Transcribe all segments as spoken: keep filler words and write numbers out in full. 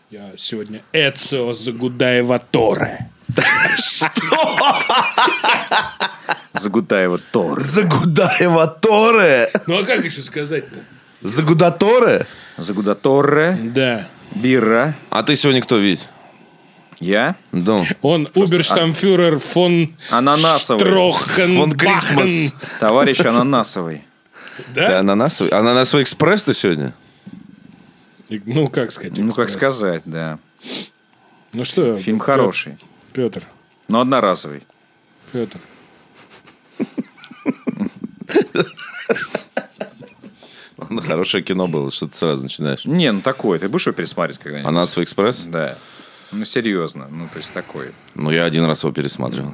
Я сегодня Эцио Загудаева Торе. Что? Загудаева Торе. Загудаева Торе? Ну а как еще сказать-то? Загудаторе? Загудаторе. Да. Бира. А ты сегодня кто, Вить? Я? Да. Он Уберштамфюрер фон Ананасовый. Штрохенбахен. Фон Крисмас. Товарищ Ананасовый. Ты Да? ананасовый? Ананасовый экспресс-то сегодня? Ну, как сказать? Ну, как экспресс? сказать, да. Ну что? Фильм Пётр, хороший, Петр, но одноразовый. Петр. Ну, хорошее кино было, что ты сразу начинаешь. Не, ну такой. Ты будешь его пересматривать когда-нибудь? Ананасовый экспресс? Да. Ну, серьезно. Ну, то есть такой. Ну, я один раз его пересматривал.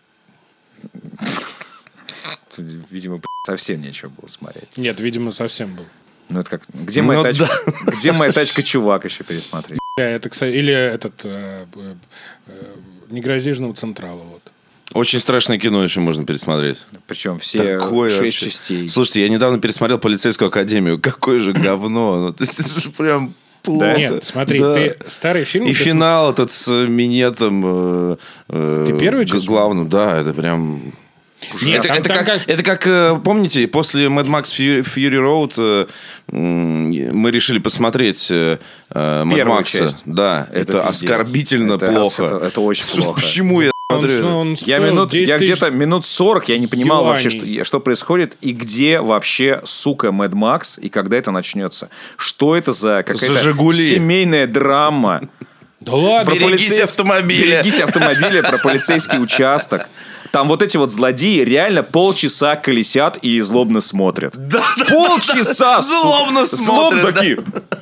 Тут, видимо, совсем нечего было смотреть. Нет, видимо, совсем был. Ну, это как... Где моя Ну, тачка? Где моя тачка, чувак, еще пересмотреть? Бля, Это, кстати, или этот э, э, э, «Не грози жному Централа». Вот. Очень страшное кино еще можно пересмотреть. Причем все Такое шесть вообще. частей. Слушайте, я недавно пересмотрел «Полицейскую академию». Какое же говно. Ну, то есть, это же прям плохо. Нет, смотри, Да. ты старый фильм... И ты финал этот с минетом. Э, э, Ты первую г- часть главным, да, это прям... Нет, это, там- это там как, как- это как, э, помните, после Mad Max Fury, Fury Road э, м, мы решили посмотреть э, Mad Первую Max. часть. Да, это, Это пиздец. оскорбительно Это- плохо. это- это очень Слушай, плохо. Почему я Он, смотрю? он Я, стоил минут, десять я тысяч где-то минут сорок я не понимал юаней. вообще, что, что происходит и где вообще, сука, Mad Max и когда это начнется. Что это за какая-то За «Жигули». семейная драма? Да ладно. Про Берегись полицейс- автомобиля. Берегись автомобиля, про полицейский участок. Там вот эти вот злодеи реально полчаса колесят и злобно смотрят. Да, да, Полчаса! сука. Злобно смотрят, Злобно да. такие.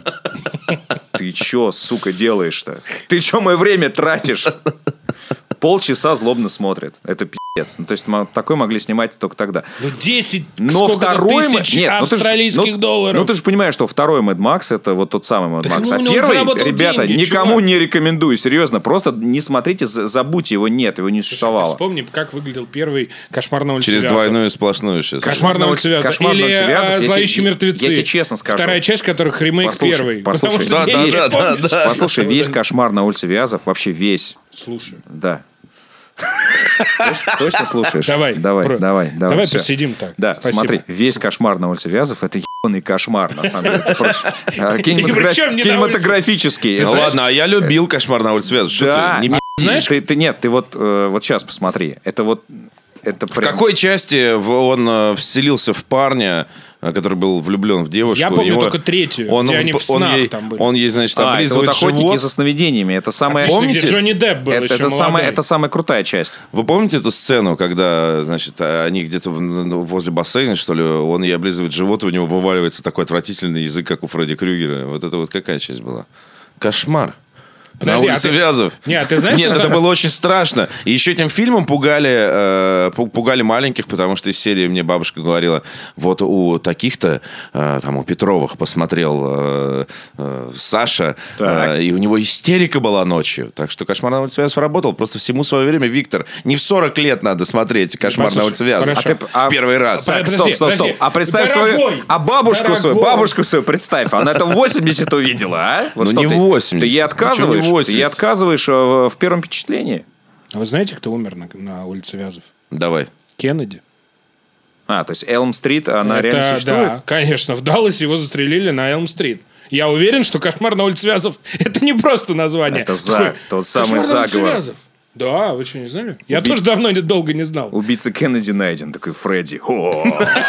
Ты чё, сука, делаешь-то? Ты чё мое время тратишь? Полчаса злобно смотрят. Это пи***ц. Ну, то есть м- такое могли снимать только тогда. Ну, десять Но сколько-то второй... м- тысяч Нет, ну ты ж- австралийских ну- долларов. Ну ты же понимаешь, что второй Mad Max это вот тот самый Mad Так Max. ну, А он первый, заработал ребята, деньги, никому чувак. не рекомендую. Серьезно, просто не смотрите, за- забудьте его. Нет, его не Ты существовало. вспомни, как выглядел первый «Кошмар на улице Через Вязов». двойную сплошную сейчас. «Кошмар на улице Вязов». «Кошмар на Или улице Вязов», а, я тебе- «Зловещие мертвецы». я тебе честно скажу. Вторая часть, которых ремейк Послушай, первый. послушай. Потому что Да, ты да, не да, помнишь. да. Послушай, весь «Кошмар на улице Вязов», вообще весь. Слушай. Да. Точно слушаешь? Давай. Давай, Про- давай, давай. Давай всё. посидим так. Да, Спасибо. смотри, весь «Кошмар на улице Вязов» — это ебаный кошмар, на самом деле. Это про- а, И кинематогра- причем не на Кинематографический. Ну Это- ладно, а я любил «Кошмар на улице Вязов». Что Да. ты, не А, знаешь- ты, ты- нет, ты вот, э, вот сейчас посмотри. Это вот... Это В прям... какой части в- он э, вселился в парня, э, который был влюблен в девушку? Я помню Его- только третью, он, где они в он снах ей, там были. Он ей, значит, А, это вот облизывает «Охотники живот. за сновидениями». Это самая... Отлично, помните? где Джонни Депп был Это, еще это, молодой. самая, это самая крутая часть. Вы помните эту сцену, когда, значит, они где-то в- ну, возле бассейна, что ли, он ей облизывает живот, и у него вываливается такой отвратительный язык, как у Фредди Крюгера. Вот это вот какая часть была? Кошмар. Подожди, на улице а ты- Вязов. Не, а ты знаешь, Нет, что это за- было очень страшно. И еще этим фильмом пугали, э, пу- пугали маленьких, потому что из серии мне бабушка говорила, вот у таких-то, э, там, у Петровых посмотрел э, э, Саша, Так. э, и у него истерика была ночью. Так что «Кошмар на улице Вязов» работал. Просто всему свое время, Виктор, не в сорок лет надо смотреть «Кошмар Послушай, на улице Вязов». хорошо. А ты в первый раз. Так, Подожди, стоп, стоп, стоп. подожди. А представь Дорогой, свою... А бабушку свою, дорогой. бабушку свою представь. Она это в восемьдесят увидела, а? Вот Ну, что не ты, восемьдесят. Ты ей Ну, отказываешь? чё не Ты ей восемьдесят? отказываешь э, в, в первом впечатлении? А вы знаете, кто умер на, на улице Вязов? Давай. Кеннеди. А, то есть Элм-стрит, она Это, реально существует? да, конечно. В Далласе его застрелили на Элм-стрит. Я уверен, что «Кошмар на улице Вязов» — это не просто название. Это за- Такой, тот самый «Кошмар на улице заговор». Вязов». Да, вы что, не знали? Я Уби- тоже давно, не- долго не знал. Убийца Кеннеди найден, такой Фредди. О.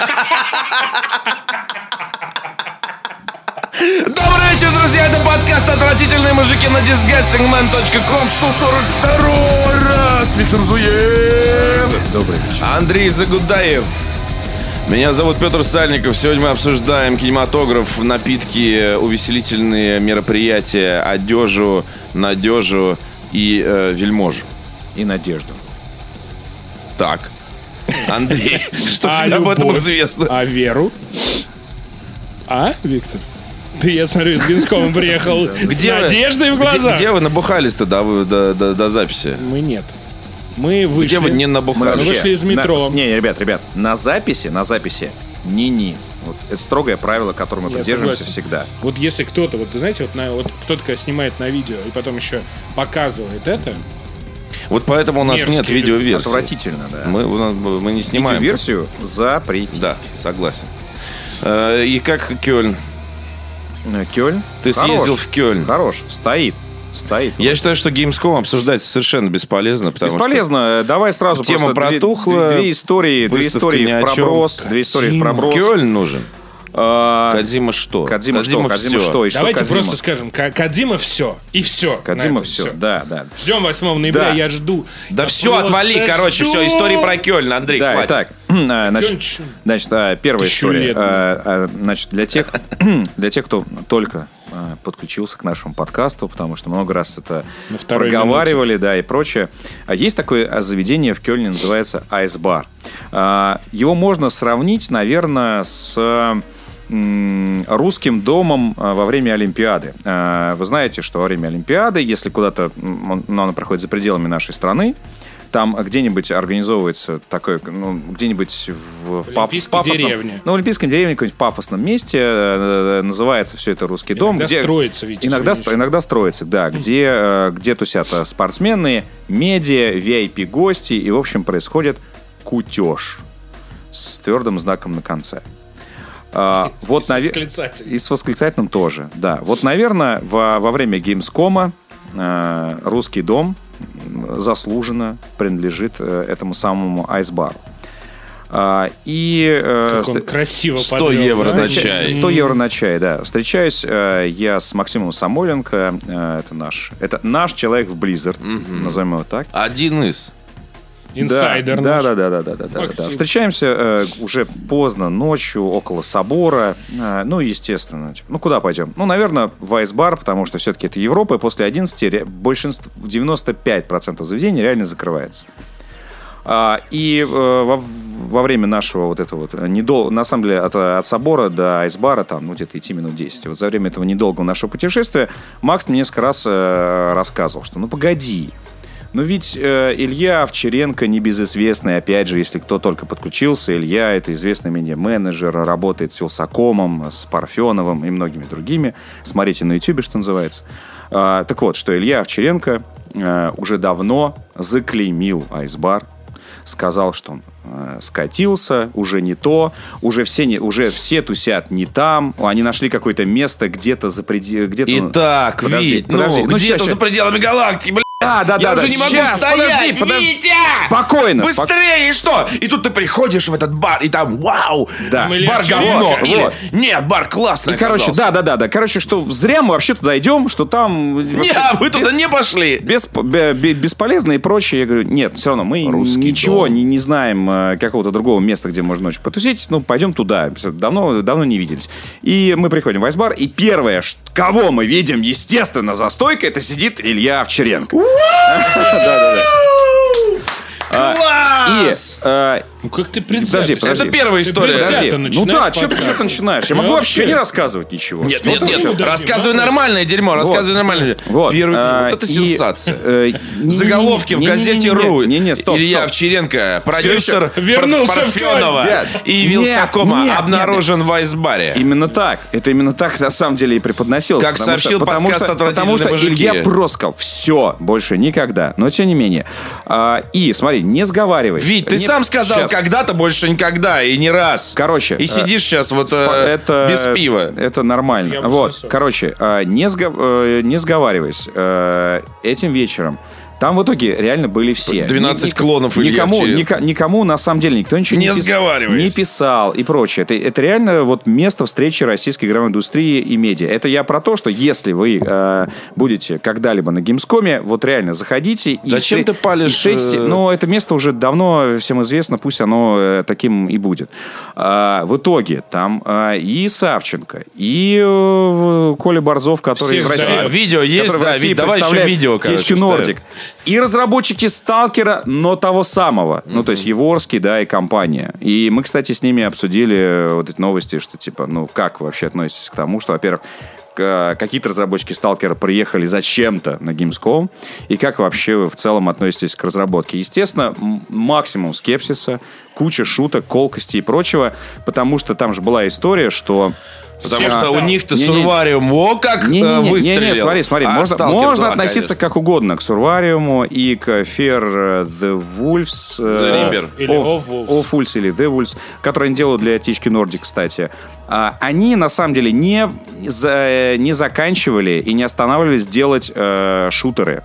Добрый вечер, друзья! Это подкаст «Отвратительные мужики» на дисгастинг мэн точка ком. сто сорок второй раз! Виктор Зуев! Добрый вечер. Андрей Загудаев. Меня зовут Петр Сальников. Сегодня мы обсуждаем кинематограф, напитки, увеселительные мероприятия, одежу, надежу и э, вельможу. И надежду. Так. Андрей, что А же об этом любовь? известно? А веру? А, Виктор? Ты, я смотрю, из Гинского приехал с Где вы- надеждой в где- глазах. Где вы набухались-то до, вы- до, до, до записи? Мы нет. Мы вышли. Где вы не Мы набухались? вышли из метро. На- не, ребят, ребят, на записи, на записи ни-ни. Вот. Это строгое правило, которому мы Я придерживаемся согласен. всегда. Вот если кто-то, вот, знаете, вот, на, вот кто-то когда снимает на видео и потом еще показывает это, Вот поэтому у нас Мерзкие нет люди. видеоверсии. Отвратительно, да. Мы, мы не снимаем. Видеоверсию запретить. Да, согласен. Э, И как Кёльн? Э, Кёльн? Ты Хорош. съездил в Кёльн. Хорош. Стоит. Стоит. Я считаю, что Gamescom обсуждать совершенно бесполезно, потому Бесполезно. Давай сразу Тема просто две- протухла, Две, две истории, две выставка истории ни о в чем. проброс. Две истории в Кодзима. проброс. Кёльн нужен. А, Кодзима что? Кодзима что? Кодзима всё. что? И что давайте Кодзима? просто скажем, Ка- Кодзима все, и все. Кодзима все. Да, да. Ждем восьмого ноября, Да. я жду. Да Я все, просто отвали, короче, жду. все, истории про Кёльн, Андрей, Да, хватит. итак, а, значит, Кёльн- значит, а, первая Тысячу история. лет. А, а, Значит, для тех, для тех, кто только а, подключился к нашему подкасту, потому что много раз это На второй проговаривали, да, и прочее. А есть такое а, заведение в Кёльне, называется Айсбар. А, Его можно сравнить, наверное, с м, русским домом а, во время Олимпиады. А, Вы знаете, что во время Олимпиады, если куда-то, м, он- ну, она проходит за пределами нашей страны, там где-нибудь организовывается такое, ну, где-нибудь в, в паф- Олимпийской пафосном... деревне. На Олимпийской деревне, каком-нибудь пафосном месте, э, э, называется все это «Русский дом». Иногда где строится, Витя, Иногда, извините. стро- иногда строится, да. Где, э, где тусят э, спортсмены, медиа, ви ай пи-гости, и, в общем, происходит кутеж с твердым знаком на конце. А, вот, с наве- восклицательным. И с восклицательным тоже, да. Вот, наверное, во, во время Gamescom э, «Русский дом» заслуженно принадлежит э, этому самому Айсбару. А, и э, Как он ст- красиво сто подвел, евро да? на встреча- чай. сто евро на чай, да. Встречаюсь э, я с Максимом Самойленко. э, это наш, это наш человек в Blizzard, назовем его так. Один из. Инсайдер Да, наш. да, да, да, да, да, да, да. Максим. Встречаемся э, уже поздно, ночью, около собора. Э, ну, естественно, типа, ну, куда пойдем? Ну, наверное, в Айсбар, потому что все-таки это Европа, и после одиннадцати ре- большинство, девяносто пять процентов заведений реально закрывается. А, и э, во, во время нашего вот этого вот, недол... на самом деле, от, от собора до Айсбара, там, ну, где-то идти минут десять. Вот за время этого недолгого нашего путешествия Макс мне несколько раз э, рассказывал, что, ну, погоди, но ведь э, Илья Овчаренко небезызвестный, опять же, если кто только подключился, Илья — это известный медиа-менеджер, работает с Вилсакомом, с Парфеновым и многими другими. Смотрите на Ютубе, что называется. А, так вот, что Илья Овчаренко э, уже давно заклеймил Айсбар, сказал, что он э, скатился, уже не то, уже все, не, уже все тусят не там, они нашли какое-то место где-то за пределами... Где-то... Итак, Подожди, Вить, подожди, ну, ну, где-то щас, за щас. пределами галактики, блядь. Да, да, Я да, уже да. не могу Щас, стоять, подожди, подожди. Витя! Спокойно, спок- Быстрее, и что? И тут ты приходишь в этот бар, и там, вау, Да. Там Илья бар Овчаренко. говно. Вот, Или, вот. нет, бар классный И, короче, оказался. да, да, да, да. Короче, что зря мы вообще туда идем, что там... Не, а вы туда не пошли. Бесп- бе- бе- бесполезно и прочее. Я говорю, нет, все равно мы Русский ничего дом. не, не знаем э, какого-то другого места, где можно ночью потусить. Ну, пойдем туда. Давно, давно не виделись. И мы приходим в Айсбар, и первое, ш- кого мы видим, естественно, за стойкой, это сидит Илья Овчаренко. Да-да-да. И... Класс! э, Ну как ты предвзято? Подожди, подожди. Это первая Ты история. предвзято Подожди, ну начинаешь да, что ты, подкаст. что ты начинаешь? Я Ну, могу вообще. вообще не рассказывать ничего. Нет, Ну, нет, ты нет, что? да, рассказывай да. нормальное дерьмо, рассказывай нормальное. Вот. Первый, А, вот это и, сенсация. э, не- Заголовки в не- не- газете не- не- «Ру». Не, не, стоп, Илья стоп. Овчаренко, продюсер Всё, вернулся Пар- в Парфенова Кёльн. и Нет, Вилсакома нет, обнаружен в Айсбаре. Именно так. Это именно так на самом деле и преподносилось. Как потому сообщил что, потому подкаст что, потому «Отвратительные что мужики». Илья просто сказал, все, больше никогда. Но тем не менее. А, и смотри, не сговаривай. Вить, ты Не- сам сказал, Щас. когда-то больше никогда, и не раз. Короче, И э, сидишь сейчас вот э, Спа- это, без пива. Это нормально. Я бы Вот, сосал. короче, а, не, сго- э, не сговариваясь, э, этим вечером там в итоге реально были все. двенадцать Ни- ни- клонов Ильи никому, Овчаренко. ника- никому, на самом деле, никто ничего не, Не пис- сговариваясь. не писал и прочее. Это, это реально вот место встречи российской игровой индустрии и медиа. Это я про то, что если вы э, будете когда-либо на Геймскоме, вот реально заходите. И Зачем встре- ты палишь, и встретите- э, Ну, это место уже давно всем известно, пусть оно э, таким и будет. А, в итоге там а, и Савченко, и э, Коля Борзов, который Всех из России... зовут. Видео есть, который в да, России Вить, давай еще представляет видео, короче, THQ вставим. Nordic. И разработчики Сталкера, но того самого. Mm-hmm. Ну, то есть Еворский, да, и компания. И мы, кстати, с ними обсудили вот эти новости, что типа, ну, как вы вообще относитесь к тому, что, во-первых, какие-то разработчики Сталкера приехали зачем-то на Gamescom, и как вообще вы в целом относитесь к разработке. Естественно, максимум скепсиса, куча шуток, колкостей и прочего, потому что там же была история, что... Потому Всем что там. у них-то Не-не. Сурвариум, о, как Не, не, э, не, выстрелил. не, не, смотри, смотри, А можно, Stalker можно два, относиться конечно. как угодно к Сурвариуму и к Fear the Wolves. э, The Reaper. Или Of Wolves. Of Wolves или The Wolves, которые они делают для ТИ эйч кью Nordic, кстати. А, они, на самом деле, не, за, не заканчивали и не останавливались делать э, шутеры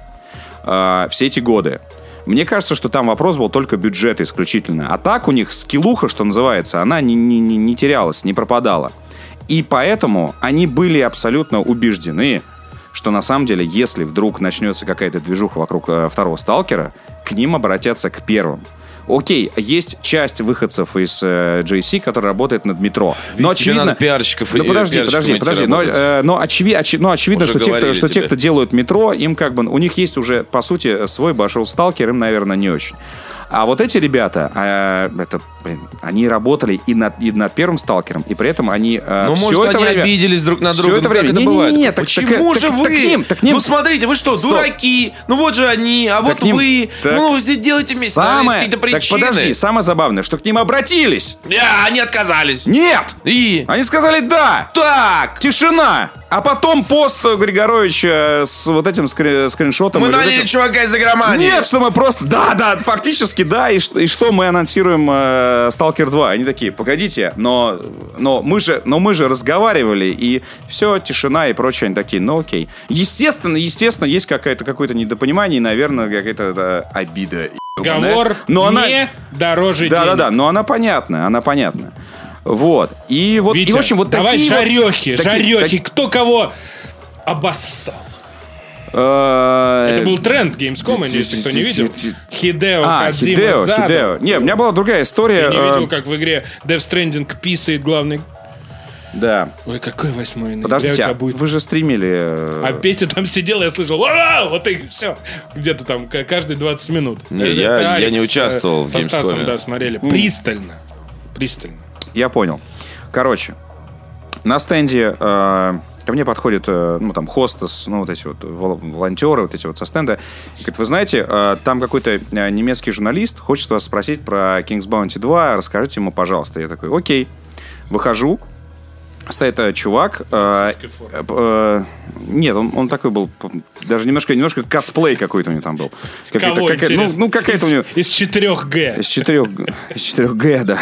э, все эти годы. Мне кажется, что там вопрос был только бюджета исключительно. А так у них скиллуха, что называется, она не, не, не, не терялась, не пропадала. И поэтому они были абсолютно убеждены, что на самом деле, если вдруг начнется какая-то движуха вокруг э, второго Сталкера, к ним обратятся к первым. Окей, есть часть выходцев из э, джей си, которая работает над метро. Но Тебе очевидно... надо пиарщиков и Ну подожди, пиарщикам подожди, идти подожди. Но, работать. э, но, очеви, очи- но очевидно, Уже что, те, кто, говорили что те, тебе. кто делают метро, им как бы... У них есть уже, по сути, свой большой Сталкер, им, наверное, не очень. А вот эти ребята, э, это, блин, они работали и над, и над первым Сталкером, и при этом они э, Ну, все может, это они время... обиделись друг на всё друга. это Ну, как время- это Не-не-не, бывает? так- Почему так- же так- вы? так к ним, так к ним- Ну, смотрите, вы что, Стоп. дураки? Ну, вот же они, а вот к ним- вы. так- Ну, делайте вместе. Наверное, есть какие-то Так причины. подожди, самое забавное, что к ним обратились. Я, они отказались. Нет! И? Они сказали «да». Так. Тишина. А потом пост Григоровича с вот этим скри- скриншотом. Мы или вот налили этим- чувака из игромании. Нет, что мы просто... Да, да, фактически, да. И, что- и что мы анонсируем э, Сталкер два? Они такие, погодите, но, но, мы же, но мы же разговаривали, и все, тишина и прочее. Они такие, ну окей. Естественно, естественно, есть какая-то, какое-то недопонимание и, наверное, какая-то да, обида. Разговор Но она- не дороже Да, да, денег. да, но она понятная, она понятная. Вот. И вот, Витя, и, в общем, вот давай такие вот- жарехи, такие- жарехи. таки- Кто кого обоссал? э, Это был тренд Gamescom, если кто не видел. Хидео А, Кодзима Хидео, задал. Хидео. Не, у меня была другая история. Ты не э, видел, как в игре Death Stranding писает главный... Да. Ой, какой восьмой ноября у Подождите, тебя а будет? вы же стримили... э, А Петя там сидел, я слышал, «Ура!» Вот и все. Где-то там к- каждые двадцать минут. Не, Это я- я Алекс, не участвовал э, в Со Стасом, Gamescom. да, смотрели. Пристально. Пристально. Я понял. Короче, на стенде э, ко мне подходит, э, ну, там, хостес, ну, вот эти вот вол- волонтеры, вот эти вот со стенда. И говорит, вы знаете, э, там какой-то э, немецкий журналист хочет вас спросить про King's Bounty два, расскажите ему, пожалуйста. Я такой, окей. Выхожу. Стоит э, чувак. э, Нацистской форме. э, э, нет, он, он такой был, п- даже немножко, немножко косплей какой-то у него там был. Какая-то- Кого, какая- ну, интересно? ну, какая-то из, у него... Из четырех Г. Из четырех, из четырех Г, да.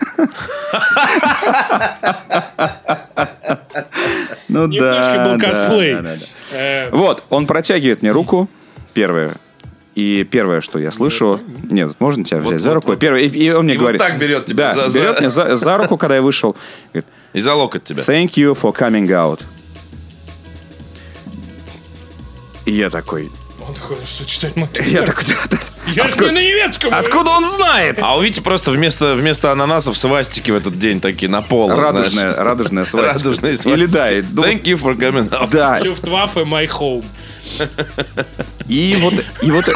Ну Немножко да, был да, косплей. да, да, да. Э, Вот, он протягивает мне руку, первое. И первое, что я слышу... Нет, можно тебя взять за вот, руку? вот. Первое, и, и он мне И вот говорит... так берет тебя Да, за- за- берет меня за, за руку, когда я вышел. Говорит, И за локоть тебя. thank you for coming out. И я такой... Он такой, «Ну что читать могу? Я такой... Я же не на немецком. Откуда он знает? А у Вити просто вместо, вместо ананасов свастики в этот день такие на пол. Радужная, радужная свастика. Радужные свастики. Или да, и- ну, Thank you for coming out. да. Люфтваффе, my home. И вот, и вот,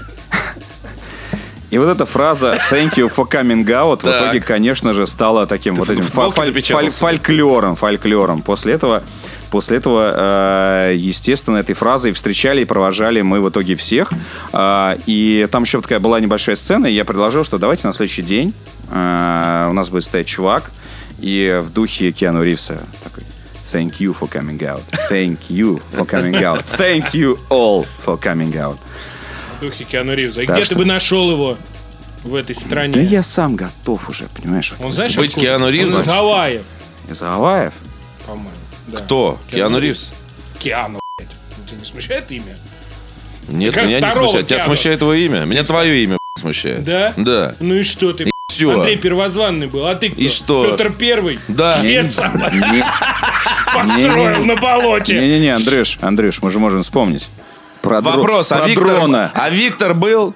и вот эта фраза «thank you for coming out» в Так. итоге, конечно же, стала таким вот этим в фа- волке фоль- напечатался. фоль- фольклором, фольклором. После этого, после этого, э, естественно, этой фразой встречали и провожали мы в итоге всех. Э, и там еще такая была небольшая сцена, и я предложил, что давайте на следующий день э, у нас будет стоять чувак, и в духе Киану Ривза такой: Thank you for coming out. Thank you for coming out. Thank you all for coming out. В духе Киану Ривза. И Да, где что- ты бы нашел его в этой стране? Да я сам готов уже, понимаешь? Он знаешь, Быть откуда? Киану Он Ривзом? из Гавайев, Из Гавайев? по-моему. Да. Кто? Киану Ривз? Киану, блядь. Ну, тебя не смущает имя? Нет, Как меня не второго смущает. Тебя Киану? смущает его имя. Меня твое имя смущает. Да? Да. Ну и что ты? Все. Андрей Первозванный был, а ты кто? И что? Петр Первый? Да. Пьеца Не- построил на болоте. Не-не-не, Андрюш, Андрюш, мы же можем вспомнить. Про дро- Вопрос, а про Виктор, дрона. а Виктор был?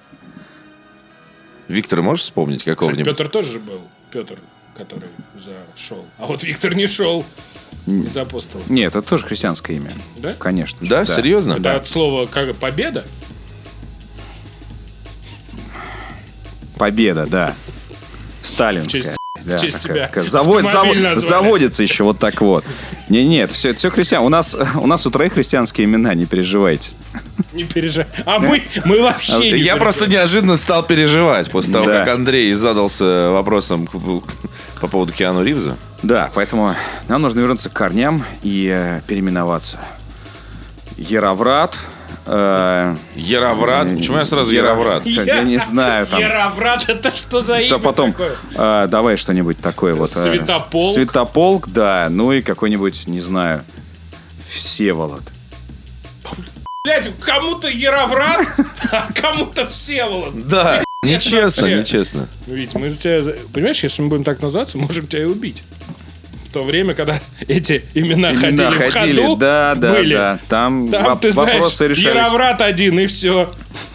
Виктор, можешь вспомнить Кстати, какого-нибудь? Петр тоже же был. Петр, который зашел. А вот Виктор не шел из апостолов. Нет, это тоже христианское имя. Да? Конечно. Да, серьезно? Это от слова как победа? Победа, да. В честь Сталинская. в честь тебя. Заводится еще вот так вот. Не, нет, все, все христиан. У нас, у нас у троих христианские имена, не переживайте. Не переживай. А мы, мы вообще не Я переживаем. просто неожиданно стал переживать после того, Да. как Андрей задался вопросом по поводу Киану Ривза. Да, поэтому нам нужно вернуться к корням и э, переименоваться. Яроврат. Э, Яроврат. Почему я сразу Яро- Яроврат? Я, я не знаю. Там, Яроврат, это что за имя то потом такое? э, давай что-нибудь такое вот. э, Святополк. Святополк, да. Ну и какой-нибудь, не знаю, Всеволод. Блядь, кому-то Яроврат, а кому-то Всеволод. Да, нечестно, вообще. нечестно. Вить, мы за тебя... за- Понимаешь, если мы будем так называться, можем тебя и убить. В то время, когда эти имена, Имена ходили, в ходили, ходу, да, да, были. да. Там, Там, воп- ты знаешь, вопросы решались. Яроврат один, и все.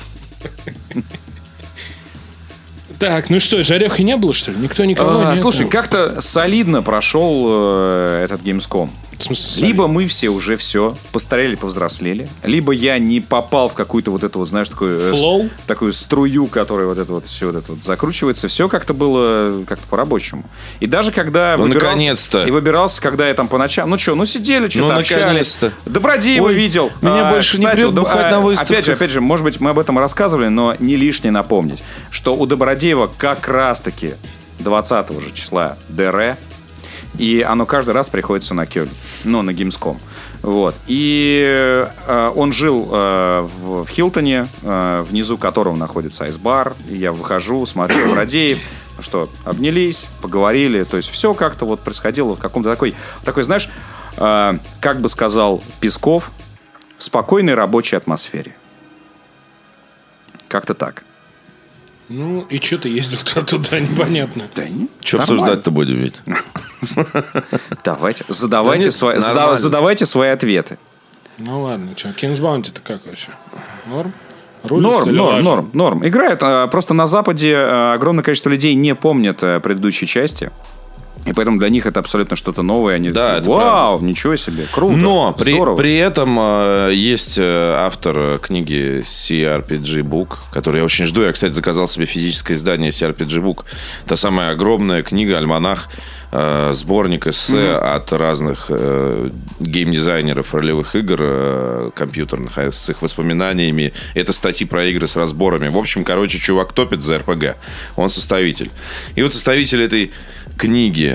Так, ну что, жарехи не было, что ли? Никто никого А, не... слушай, как-то солидно прошел э, этот Gamescom. В смысле, Либо мы все уже все постарели, повзрослели, либо я не попал в какую-то вот эту вот, знаешь, такую, э, Flow? с- такую струю, которая вот это вот все вот это вот закручивается. Все как-то было как-то по-рабочему. И даже когда Ну, выбирался, наконец-то. и выбирался, когда я там по ночам, ну что, ну сидели, что-то Ну, общались. наконец-то. Добродеева Ой, видел. меня А, больше не кстати, прет у Доб- бухать а, на выставках. Опять же, опять же, может быть, мы об этом рассказывали, но не лишнее напомнить, что у Добродеева как раз-таки двадцатого же числа ДР, и оно каждый раз приходится на Кёльн, ну, на Gamescom. Вот. И э, он жил э, в, в Хилтоне, э, внизу которого находится айс-бар. И я выхожу, смотрю, Добродеев, что, обнялись, поговорили. То есть все как-то вот происходило в каком-то такой, такой знаешь, э, как бы сказал Песков, в спокойной рабочей атмосфере. Как-то так. Ну, и что ты ездил туда, непонятно. Да не, Что нормально. обсуждать-то будем ведь? Давайте, задавайте, Да нет, свои, нормально. задав- задавайте свои ответы. Ну ладно, что, King's Bounty-то как вообще? Норм? Рулится Норм, или норм, лажа? норм, норм. Играет. а, Просто на Западе а, огромное количество людей не помнят а, предыдущие части. И поэтому для них это абсолютно что-то новое. Они Да, такие, это вау, ничего себе, круто, Но при, здорово. при этом э, есть э, автор э, книги си ар пи джи Book, который я очень жду. Я, кстати, заказал себе физическое издание си ар пи джи Book. Та самая огромная книга, альманах, э, сборник эссе mm-hmm. от разных э, геймдизайнеров ролевых игр э, компьютерных, а с их воспоминаниями. Это статьи про игры с разборами. В общем, короче, чувак топит за эр пи джи. Он составитель. И вот составитель этой книги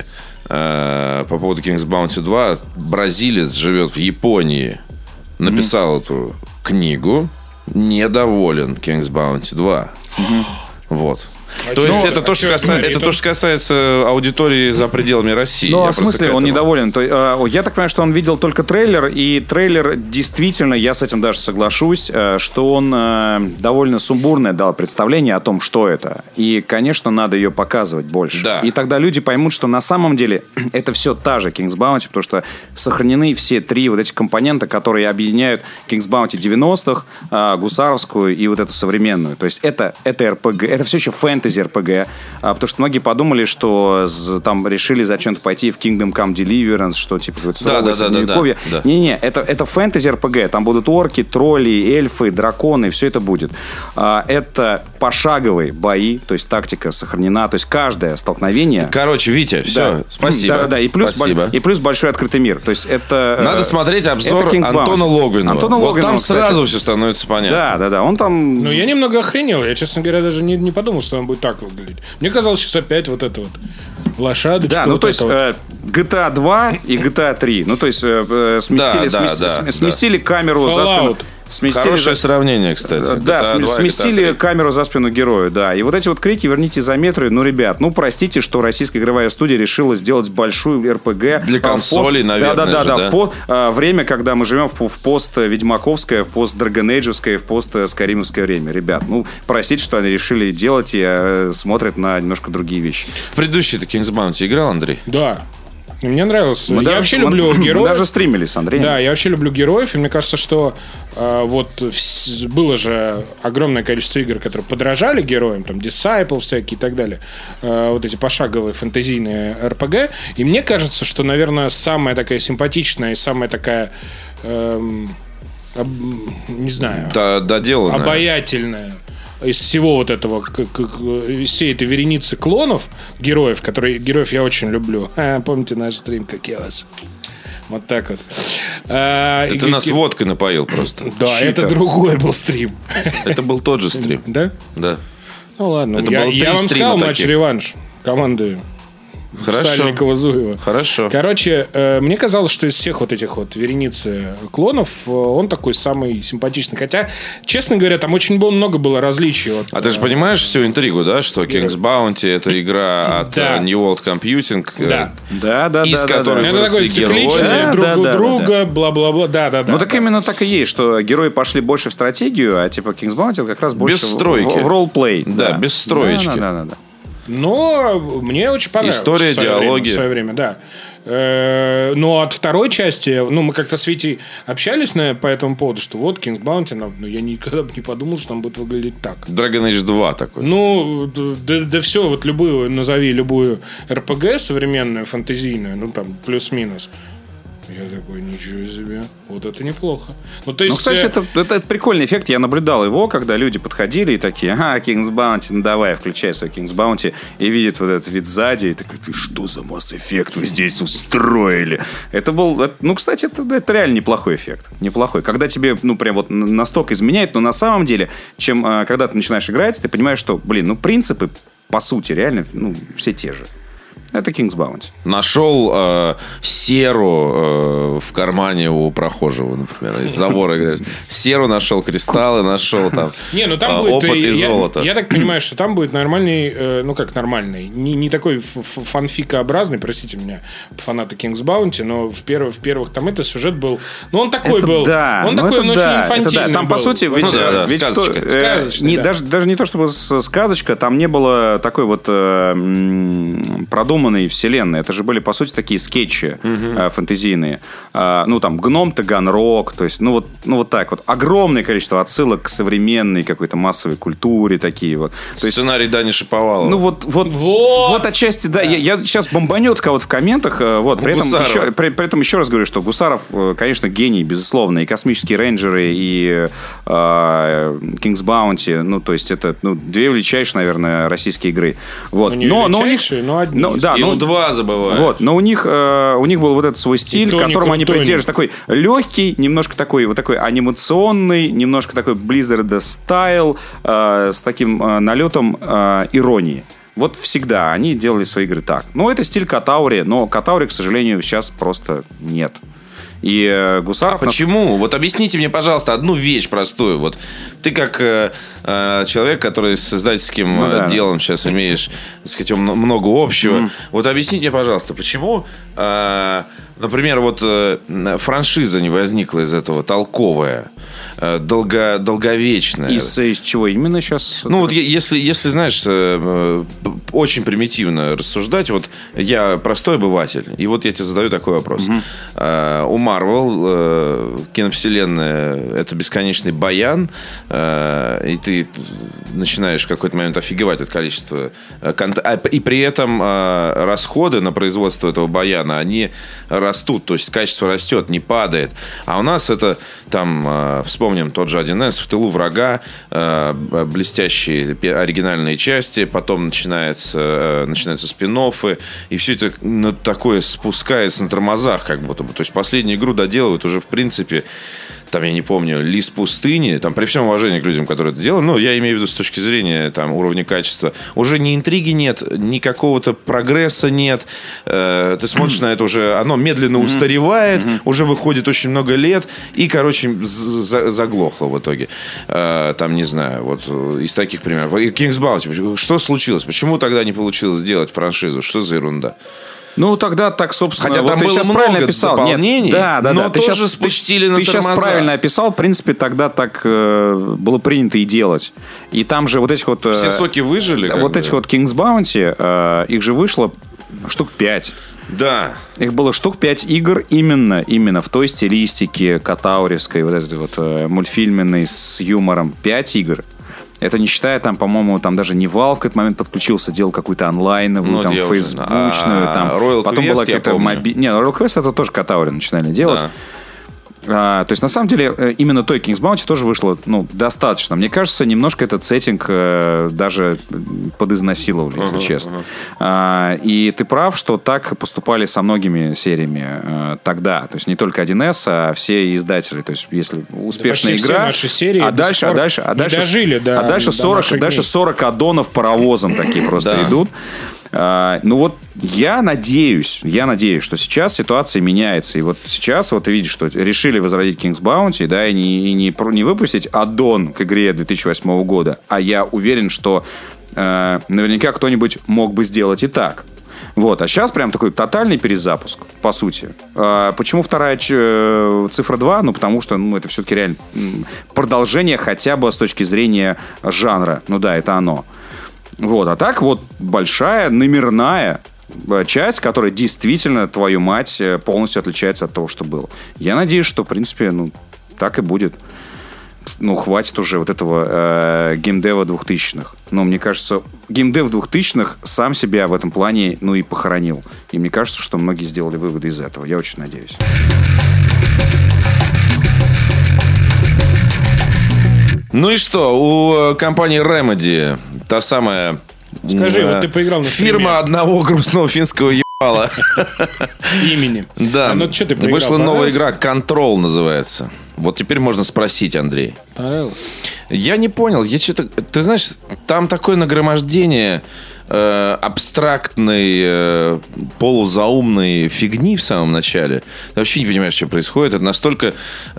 э, по поводу King's Bounty два, бразилец, живет в Японии, написал mm-hmm. эту книгу, недоволен King's Bounty два. Mm-hmm. Вот. А то чё есть это? это, А то, чё что касается, говорит это он? то, что касается аудитории за пределами России. Ну, Я а в просто смысле к он этому. недоволен? То, э, я так понимаю, что он видел только трейлер, и трейлер действительно, я с этим даже соглашусь, э, что он э, довольно сумбурное дал представление о том, что это. И, конечно, надо ее показывать больше. Да. И тогда люди поймут, что на самом деле это все та же King's Bounty, потому что сохранены все три вот эти компонента, которые объединяют King's Bounty девяностых, э, гусаровскую и вот эту современную. То есть это, это эр пи джи, это все еще фэнтези эр пи джи. А, потому что многие подумали, что з- там решили зачем-то пойти в Kingdom Come Deliverance, что типа какое-то Да, суровое да, да, да, средневековье. да, да. Не-не, это, это фэнтези эр пи джи. Там будут орки, тролли, эльфы, драконы, все это будет. А, это пошаговые бои, то есть тактика сохранена, то есть каждое столкновение... Короче, Витя, все, Да. спасибо. Да, да, и плюс, спасибо. боль- и плюс большой открытый мир. То есть это... Надо э, смотреть обзор это King's Антона Bounty. Логвинова. Антона Вот Логвинова, там кстати. сразу все становится понятно. Да, да, да. Он там... Ну, я немного охренел. Я, честно говоря, даже не, не подумал, что он будет так выглядеть. Мне казалось, сейчас опять вот это вот лошадочка. Да, ну вот то есть это вот. э, джи ти эй два и джи ти эй три. Ну то есть э, э, сместили, Да, да, смес- да, см- да. сместили камеру за спину. Fallout. Сместили Хорошее за- сравнение, кстати. Да, джи ти эй см- два, сместили джи ти эй три. камеру за спину героя, да. И вот эти вот крики «верните изометры», ну, ребят, ну, простите, что российская игровая студия решила сделать большую эр пи джи. Для а, в консолей, пост- наверное Да, да, же, да, да? в по- а, время, когда мы живем в, в пост-ведьмаковское, в пост-драгонэйджевское, в пост-скайримовское время. Ребят, ну, простите, что они решили делать и э, смотрят на немножко другие вещи. В предыдущий-то King's Bounty играл, Андрей? Да. И мне нравилось. Мы я даже- вообще мы- люблю мы героев. даже стримили с Андреем. Да, я вообще люблю героев, и мне кажется, что э, вот вс- было же огромное количество игр, которые подражали героям, там, Disciple всякие и так далее, э, вот эти пошаговые фэнтезийные эр пи джи, и мне кажется, что, наверное, самая такая симпатичная и самая такая, эм, об- не знаю, Да, доделанная. обаятельная из всего вот этого, из всей этой вереницы клонов, героев, которые, героев я очень люблю. А, помните наш стрим, как я вас... Вот так вот. А, это и, нас и... водкой напоил просто. Да, Читом. Это другой был стрим. Это был тот же стрим. Да? Да. Ну ладно, это я, я вам сказал матч-реванш команды Сальникова-Зуева. Хорошо. Короче, э, мне казалось, что из всех вот этих вот вереницы клонов э, он такой самый симпатичный. Хотя, честно говоря, там очень много было различий. Вот, а ты же понимаешь всю интригу, да? Что King's Bounty — это игра от да. New World Computing. Да. Да, да, из да, которой да, да. выросли герои. Да, друг да, да, друга, да. бла-бла-бла. Да, да, да. Ну да, так да. именно так и есть, что герои пошли больше в стратегию, а типа King's Bounty как раз больше без стройки. в, в ролл-плей. Да, да, без строечки. Да, да, да, да. Но мне очень понравилось. История, в свое диалоги. Время, в свое время, да. Э, но от второй части, ну, мы как-то с Витей общались на, по этому поводу, что вот King's Bounty, но ну, я никогда бы не подумал, что там будет выглядеть так. Dragon Age два такой. Ну, да, да все, вот любую, назови любую эр пи джи современную, фэнтезийную, ну, там, плюс-минус. Я такой, ничего себе, вот это неплохо. Ну, то есть, ну кстати, это, это, это прикольный эффект. Я наблюдал его, когда люди подходили и такие, ага, King's Bounty, ну давай, включай свой King's Bounty, и видят вот этот вид сзади, и такой, ты что за масс-эффект вы здесь устроили? Это был, это, ну, кстати, это, это реально неплохой эффект. Неплохой. Когда тебе, ну, прям вот настолько изменяет, но на самом деле, чем когда ты начинаешь играть, ты понимаешь, что, блин, ну, принципы, по сути, реально, ну, все те же. Это King's Bounty. Нашел э, серу э, в кармане у прохожего, например, из забора. Говорят, серу нашел, кристаллы нашел, там, не, ну, там э, будет, опыт и я, золото. Я так понимаю, что там будет нормальный, э, ну как нормальный, не, не такой фанфикообразный, простите меня, фанаты King's Bounty, но в, перв, в первых там это сюжет был, ну он такой это был, да, он ну такой, он да, очень инфантильный да. Там, был. по сути, ведь, ну, да, да, ведь сказочка. То, э, Сказочный, не, да. даже, даже не то, чтобы сказочка, там не было такой вот э, м, продуманной вселенной. Это же были, по сути, такие скетчи uh-huh. э, фэнтезийные. Э, ну, там, Гном, Таганрог, то есть, ну вот, ну, вот так вот. Огромное количество отсылок к современной какой-то массовой культуре, такие вот. То Сценарий есть, Дани Шаповалова. ну, вот, вот, вот. вот отчасти, да. Я, я сейчас бомбанет кого-то в комментах. э, Вот, при, этом еще, при, при этом еще раз говорю, что Гусаров, э, конечно, гений, безусловно. И «Космические рейнджеры», и э, King's Bounty. Ну, то есть, это ну, две величайшие, наверное, российские игры. Вот. Ну, не но, но у них, но одни. но, да, и но, два забывают. Вот, но у них, э, у них был вот этот свой стиль, Тони, которым они Тони. придерживаются. Такой легкий, немножко такой, вот такой анимационный, немножко такой Blizzard стайл, э, с таким э, налетом э, иронии. Вот всегда они делали свои игры так. Ну, это стиль Катаури, но Катаури, к сожалению, сейчас просто нет. И э, Гусаров... А почему? Вот объясните мне, пожалуйста, одну вещь простую. Вот ты как э, э, человек, который с издательским ну, да. делом сейчас имеешь, так сказать, много общего. Mm. Вот объясните мне, пожалуйста, почему, э, например, вот э, франшиза не возникла из этого толковая, э, долго, долговечная. Из, из чего именно сейчас? Ну вот если, если знаешь, э, э, очень примитивно рассуждать, вот я простой обыватель, и вот я тебе задаю такой вопрос. Mm-hmm. Э, у Марвел э, киновселенная — это бесконечный баян, э, и ты начинаешь в какой-то момент офигевать от количества э, контента. И при этом э, расходы на производство этого баяна, они растут, то есть качество растет, не падает. А у нас это, там, э, вспомним тот же один эс, «В тылу врага», э, блестящие оригинальные части, потом начинается, э, начинаются спин-оффы, и все это ну, такое спускается на тормозах, как будто бы. То есть последнюю игру доделывают уже, в принципе, там, я не помню, «Лис пустыни», там, при всем уважении к людям, которые это делают, ну, я имею в виду с точки зрения там, уровня качества, уже ни интриги нет, ни какого-то прогресса нет. Э, ты смотришь на это уже, оно медленно устаревает, уже выходит очень много лет, и, короче, за- заглохло в итоге. Э, там, не знаю, вот из таких примеров. King's Bounty, что случилось? Почему тогда не получилось сделать франшизу? Что за ерунда? Ну, тогда так, собственно... Хотя вот там ты было сейчас много правильно описал. дополнений, Нет, да, да, но да. Ты тоже сейчас, спустили ты, на ты сейчас тормоза. правильно описал. В принципе, тогда так э, было принято и делать. И там же вот этих вот... Э, Все соки выжили. Вот бы. этих вот King's Bounty, э, их же вышло штук пять. Да. Их было штук пять игр именно, именно в той стилистике катауриевской, вот этой вот э, мультфильменной с юмором. Пять игр. Это не считая, там, по-моему, там даже не Valve в какой-то момент подключился, делал какую-то онлайновую, ну, там, фейсбучную. А, там. Royal Потом Quest, была какая-то моби... Не, Royal Quest это тоже Катаури начинали делать. Да. А, то есть, на самом деле, именно той King's Bounty тоже вышло, ну, достаточно. Мне кажется, немножко этот сеттинг э, даже подизнасиловали, если uh-huh, честно. Uh-huh. А, и ты прав, что так поступали со многими сериями э, тогда. То есть, не только один эс, а все издатели. То есть, если успешная да игра... Все наши серии а дальше, а дальше, а дальше, дожили, да, а дальше сорок, дальше сорок аддонов паровозом такие просто идут. Uh, ну вот я надеюсь, я надеюсь, что сейчас ситуация меняется. И вот сейчас вот ты видишь, что решили возродить King's Bounty, да, и не, и не, не выпустить аддон к игре две тысячи восьмого года. А я уверен, что uh, наверняка кто-нибудь мог бы сделать и так. Вот, а сейчас прям такой тотальный перезапуск, по сути. А почему вторая ч- цифра два? Ну, потому что, ну, это все-таки реально продолжение хотя бы с точки зрения жанра. Ну да, это оно. Вот, а так вот большая номерная часть, которая действительно, твою мать, полностью отличается от того, что было. Я надеюсь, что, в принципе, ну, так и будет. Ну, хватит уже вот этого э, геймдева двухтысячных. Но мне кажется, геймдев двухтысячных сам себя в этом плане, ну, и похоронил. И мне кажется, что многие сделали выводы из этого. Я очень надеюсь. Ну и что, у компании Remedy, та самая Скажи, э, вот ты поиграл на фирма стриме. одного грустного финского ебала. Имени. Да, а ну, что ты поиграл, вышла новая игра, Control называется. Вот теперь можно спросить, Андрей. Понравилось? Я не понял, я что-то... Ты знаешь, там такое нагромождение э, абстрактной, э, полузаумной фигни в самом начале. Ты вообще не понимаешь, что происходит. Это настолько...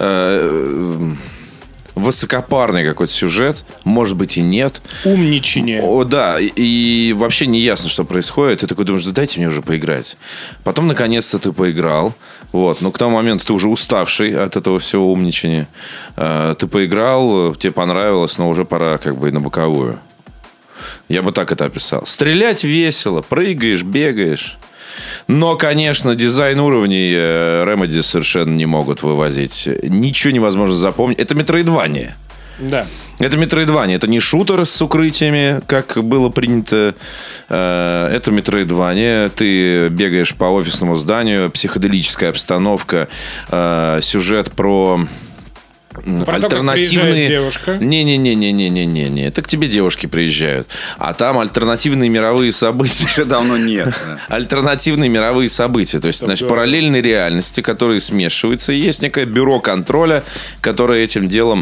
Э, высокопарный какой-то сюжет, может быть и нет. Умничание. О, да, и, и вообще не ясно, что происходит. Ты такой думаешь, да дайте мне уже поиграть. Потом, наконец-то, ты поиграл. Вот. Но к тому моменту ты уже уставший от этого всего умничания. Э, ты поиграл, тебе понравилось, но уже пора как бы и на боковую. Я бы так это описал. Стрелять весело, прыгаешь, бегаешь. Но, конечно, дизайн уровней Remedy совершенно не могут вывозить. Ничего невозможно запомнить. Это метроидвания. Да. Это метроидвания. Это не шутер с укрытиями, как было принято. Это метроидвания. Ты бегаешь по офисному зданию, психоделическая обстановка, сюжет про... Про альтернативные... девушка. Не-не-не-не-не-не-не. Это к тебе девушки приезжают. А там альтернативные мировые события. Еще давно нет. Альтернативные мировые события. То есть, значит, параллельные реальности, которые смешиваются. И есть некое бюро контроля, которое этим делом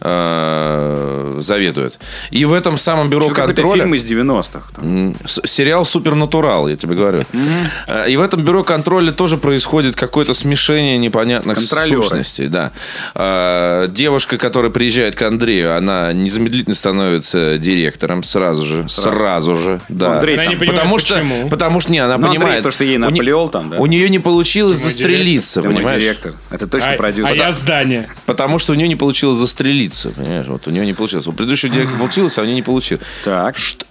э, заведует. И в этом самом бюро что контроля... фильм из девяностых. Там. Сериал «Супернатурал», я тебе говорю. Mm-hmm. И в этом бюро контроля тоже происходит какое-то смешение непонятных сущностей. Да. Девушка, которая приезжает к Андрею, она незамедлительно становится директором сразу же. Сразу, сразу же. Да. Андрей, она там, не понимает, потому почему. что, потому что не, она ну, понимает. Андрей, то, что ей наплел там, да? У нее не получилось ты застрелиться, директор. понимаешь? Ты мой директор. Это точно а, продюсер. А я здание. Потому что у нее не получилось застрелиться, понимаешь? Вот у нее не получилось. У предыдущего директора получилось, а у нее не получилось. Так. Что?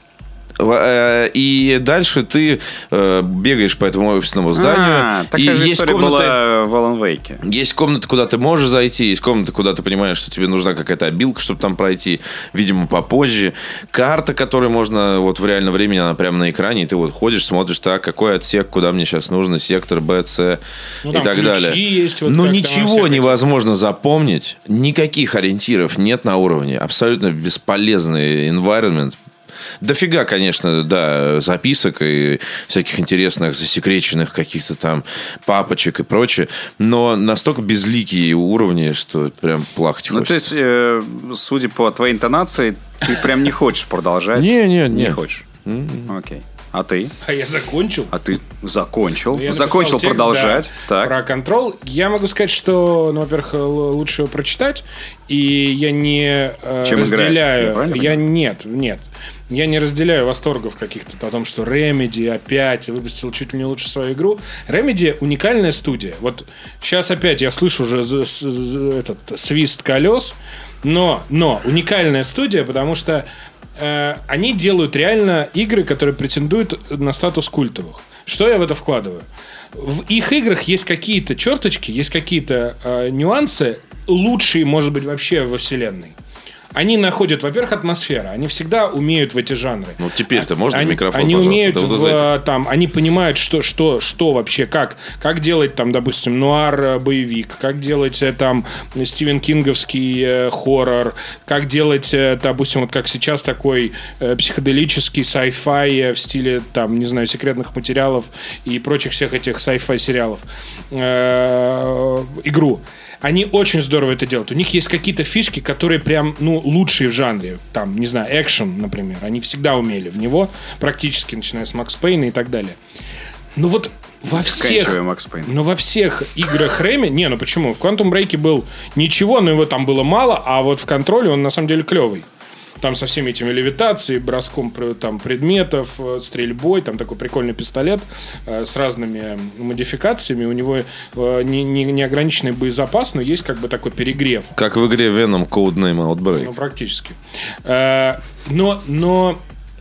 И дальше ты бегаешь по этому офисному зданию. А, такая и же есть история комната, была в Alan Wake. Есть комната, куда ты можешь зайти, есть комната, куда ты понимаешь, что тебе нужна какая-то обилка, чтобы там пройти, видимо, попозже. Карта, которую можно вот в реальном времени, она прямо на экране, и ты вот ходишь, смотришь, так, какой отсек, куда мне сейчас нужно, сектор Б, С ну, и так далее. Есть, вот но ничего невозможно запомнить, никаких ориентиров нет на уровне, абсолютно бесполезный environment. Дофига, конечно, да, записок и всяких интересных, засекреченных каких-то там папочек и прочее, но настолько безликие уровни, что прям плакать хочется. Ну, то есть, э, судя по твоей интонации, ты прям не хочешь продолжать? Не, не, не. Не хочешь? Окей. А ты? А я закончил. А ты закончил? Я закончил текст, продолжать. Да, так. про контрол. Я могу сказать, что, ну, во-первых, лучше его прочитать. И я не э, Чем разделяю. играть? Я я нет, нет. Я не разделяю восторгов каких-то о том, что Remedy опять выпустил чуть ли не лучше свою игру. Remedy уникальная студия. Вот сейчас опять я слышу уже з- з- з- этот свист колес. Но, но уникальная студия, потому что э, они делают реально игры, которые претендуют на статус культовых. Что я в это вкладываю? В их играх есть какие-то черточки, есть какие-то э, нюансы, лучшие, может быть, вообще во вселенной. они находят, во-первых, атмосфера. Они всегда умеют в эти жанры. Ну, теперь-то можно они, микрофон, они пожалуйста? умеют, вот в, там, они понимают, что, что, что вообще, как, как делать, там, допустим, нуар-боевик, как делать там Стивен Кинговский э, хоррор, как делать, э, допустим, вот как сейчас такой э, психоделический sci-fi в стиле, там, не знаю, секретных материалов и прочих всех этих sci-fi сериалов. Э, игру. Они очень здорово это делают. У них есть какие-то фишки, которые прям, ну, лучшие в жанре. Там, не знаю, экшен, например. Они всегда умели в него, практически, начиная с Макс Пейна и так далее. Ну вот во всех, ну, во всех играх Рэми... Не, ну почему? В Quantum Break был ничего, но его там было мало, а вот в Контроле он на самом деле клевый. Там со всеми этими левитацией, броском там, предметов, стрельбой. Там такой прикольный пистолет э, с разными модификациями. У него э, не, не, неограниченный боезапас, но есть как бы такой перегрев. Как в игре Venom Codename Outbreak. Ну, практически. Э, но, но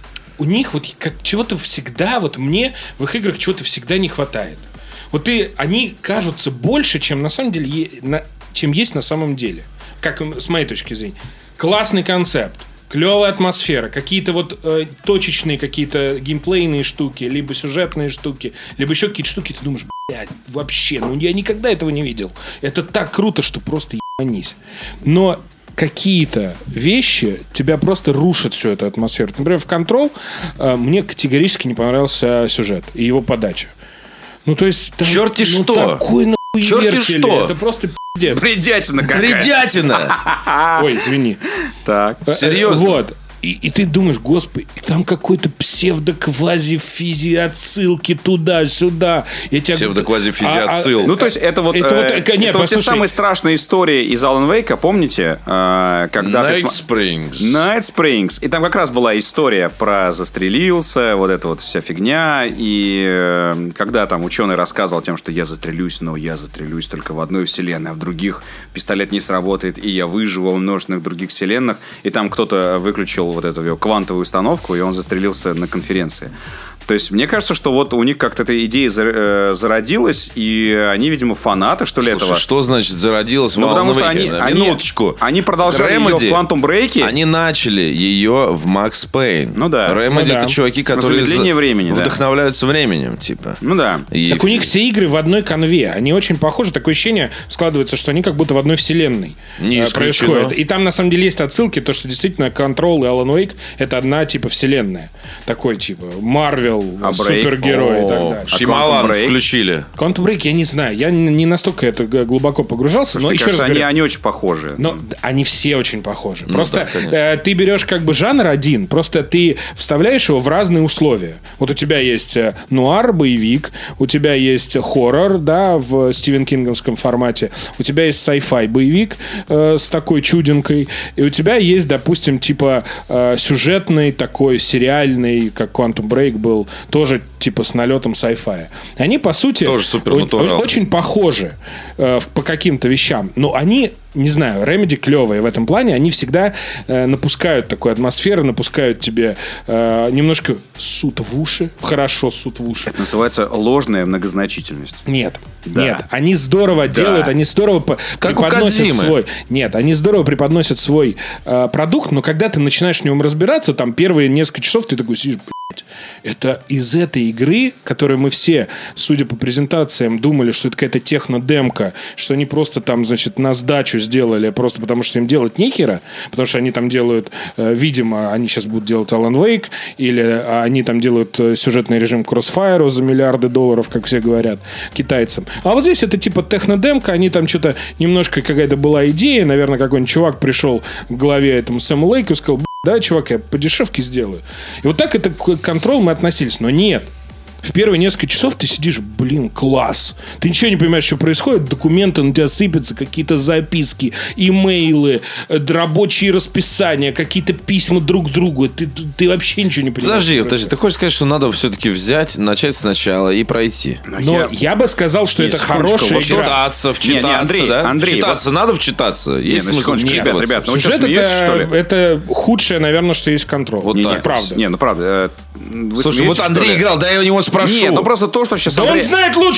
у них вот как, чего-то всегда, вот мне в их играх чего-то всегда не хватает. Вот и они кажутся больше, чем на самом деле, чем есть на самом деле. Как с моей точки зрения. Классный концепт. Клевая атмосфера, какие-то вот э, точечные какие-то геймплейные штуки, либо сюжетные штуки, либо еще какие-то штуки, ты думаешь, блядь, вообще, ну я никогда этого не видел. Это так круто, что просто ебанись. Но какие-то вещи тебя просто рушат всю эту атмосферу. Например, в Control э, мне категорически не понравился сюжет и его подача. Ну, то есть... Там, черти ну, что! Такой нахуй черти вертели. что! Это просто пиздец. Бредятина какая! Бредятина! Ой, извини. Так. Серьезно? Вот. И, и ты думаешь, господи, там какой-то псевдо-квази-физи отсылки туда-сюда. Псевдо-квази-физи-отсыл. А, а, ну, то есть, это вот, это э, вот, не, это вот те самые страшные истории из Alan Wake'а, помните? Э, когда Night ты см... Springs. Night Springs. И там как раз была история про застрелился, вот эта вот вся фигня. И э, когда там ученый рассказывал тем, что я застрелюсь, но я застрелюсь только в одной вселенной, а в других пистолет не сработает, и я выживу в множественных других вселенных. И там кто-то выключил вот эту квантовую установку, и он застрелился на конференции. То есть, мне кажется, что вот у них как-то эта идея зародилась, и они, видимо, фанаты, что ли, Слушай, этого. Что значит зародилась в Ну, потому Alan что Wake? они, На они, минуточку. они продолжали Remedy, ее в Quantum Break. Они начали ее в Max Payne. Ну да. Remedy ну, да. это чуваки, которые замедление времени, вдохновляются да. временем, типа. Ну да. И... Так у них все игры в одной конве. Они очень похожи. Такое ощущение складывается, что они как будто в одной вселенной Не происходят. И там, на самом деле, есть отсылки, то, что действительно Control и Alan Wake — это одна, типа, вселенная. Такой, типа, Марвел, а супергерой и так далее. Шьямалан а включили. Quantum Break я не знаю. Я не настолько это глубоко погружался. Слушай, но еще кажется, раз они, говорю, они очень похожи. но они все очень похожи. Ну, просто да, э, ты берешь как бы жанр один, просто ты вставляешь его в разные условия. Вот у тебя есть э, нуар, боевик, у тебя есть хоррор, да, в Стивен Кинговском формате, у тебя есть sci-fi боевик э, с такой чудинкой, и у тебя есть, допустим, типа э, сюжетный такой сериальный, как Quantum Break был, тоже типа с налетом sci-fi. Они, по сути, тоже супернатурал. Очень похожи э, по каким-то вещам. Но они, не знаю, Remedy клевые в этом плане. Они всегда э, напускают такую атмосферу, напускают тебе э, немножко суд в уши. Хорошо суд в уши. Это называется ложная многозначительность. Нет. Да. Нет. Они здорово да. делают, они здорово по- как преподносят свой... Нет, они здорово преподносят свой э, продукт, но когда ты начинаешь в нем разбираться, там первые несколько часов ты такой сидишь, блядь, это из этой игры, которую мы все, судя по презентациям, думали, что это какая-то технодемка, что они просто там, значит, на сдачу сделали, просто потому что им делать нехера, потому что они там делают, э, видимо, они сейчас будут делать Alan Wake, или они там делают сюжетный режим Crossfire за миллиарды долларов, как все говорят, китайцам. А вот здесь это типа технодемка, они там что-то, немножко какая-то была идея, наверное, какой-нибудь чувак пришел к главе этому Сэму Лейку и сказал, да, чувак, я по дешевке сделаю. И вот так это к Control мы относились, но нет. В первые несколько часов ты сидишь, блин, класс. Ты ничего не понимаешь, что происходит. Документы на тебя сыпятся, какие-то записки, имейлы, рабочие расписания, какие-то письма друг к другу. Ты, ты вообще ничего не понимаешь. Подожди, подожди, ты хочешь сказать, что надо все-таки взять, начать сначала и пройти? Но, Но я... я бы сказал, что Нет, это хорошая игра. Вчитаться, вчитаться, не, не, Андрей, да? Андрей, вчитаться, вот... надо вчитаться. Есть не, смысл вчитываться. Ребят, ребят, ну Сюжет что, смеетесь, это, что ли? это худшее, наверное, что есть Control. Вот не, так. Не, правда. Не, ну правда. Вы Слушай, смеетесь, вот Андрей играл, да я у него спрошу. Нет, ну просто то, что сейчас Да Андрей... он знает лучше, он не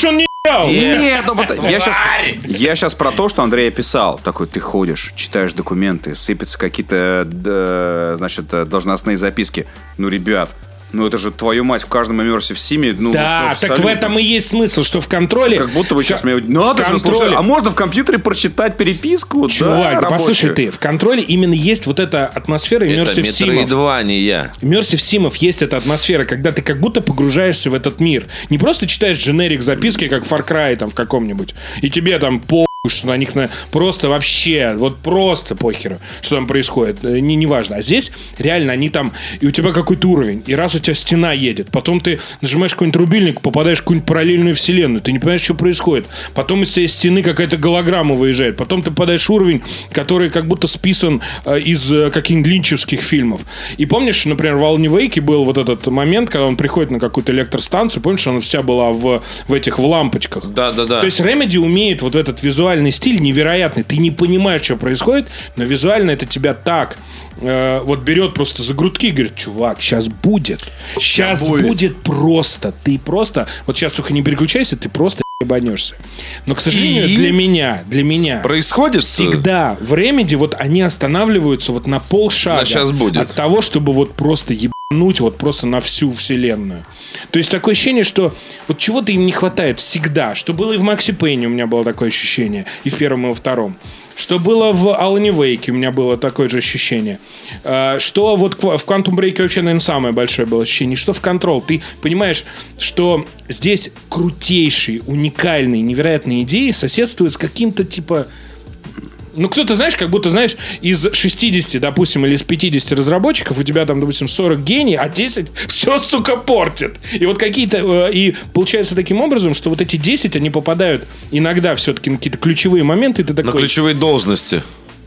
Нет, ну, я сейчас, я сейчас про то, что Андрей описал. Такой, ты ходишь, читаешь документы, сыпятся какие-то, да, значит, должностные записки. Ну, ребят, ну это же, твою мать, в каждом иммерсив симе. Ну, да, абсолютно. Так в этом и есть смысл, что в контроле... Как будто бы сейчас мне... Надо же, слушай, а можно в компьютере прочитать переписку? Чувак, да, да послушай ты, в контроле именно есть вот эта атмосфера иммерсив симов. Это метроидвания. Иммерсив симов есть эта атмосфера, когда ты как будто погружаешься в этот мир. Не просто читаешь дженерик записки, как в Far Cry там в каком-нибудь, и тебе там по... что на них на... просто вообще, вот просто похеру, что там происходит, не, не важно. А здесь реально они там, и у тебя какой-то уровень, и раз у тебя стена едет, потом ты нажимаешь какой-нибудь рубильник, попадаешь в какую-нибудь параллельную вселенную, ты не понимаешь, что происходит. Потом из твоей стены какая-то голограмма выезжает, потом ты попадаешь в уровень, который как будто списан э, из э, каких-нибудь линчевских фильмов. И помнишь, например, в Alan Wake был вот этот момент, когда он приходит на какую-то электростанцию, помнишь, она вся была в, в этих, в лампочках. Да-да-да. То есть Remedy умеет вот этот визуальный стиль невероятный. Ты не понимаешь, что происходит, но визуально это тебя так э, вот берет просто за грудки и говорит, чувак, сейчас будет. Сейчас будет. будет просто. Ты просто... Вот сейчас только не переключайся, ты просто ебанешься. Но, к сожалению, и... для меня, для меня... Происходит? Всегда в Remedy вот они останавливаются вот на полшага сейчас будет. От того, чтобы вот просто ебануть вот просто на всю вселенную. То есть такое ощущение, что вот чего-то им не хватает всегда. Что было и в Максе Пейне у меня было такое ощущение. И в первом, и во втором. Что было в Alan Wake у меня было такое же ощущение. Что вот в Quantum Break вообще, наверное, самое большое было ощущение. Что в Control. Ты понимаешь, что здесь крутейшие, уникальные, невероятные идеи соседствуют с каким-то типа... Ну, кто-то, знаешь, как будто, знаешь, из шестидесяти, допустим, или из пятидесяти разработчиков у тебя там, допустим, сорок гений, а десять все, сука, портит. И вот какие-то... И получается таким образом, что вот эти десять, они попадают иногда все-таки на какие-то ключевые моменты, и ты такой... На ключевые должности.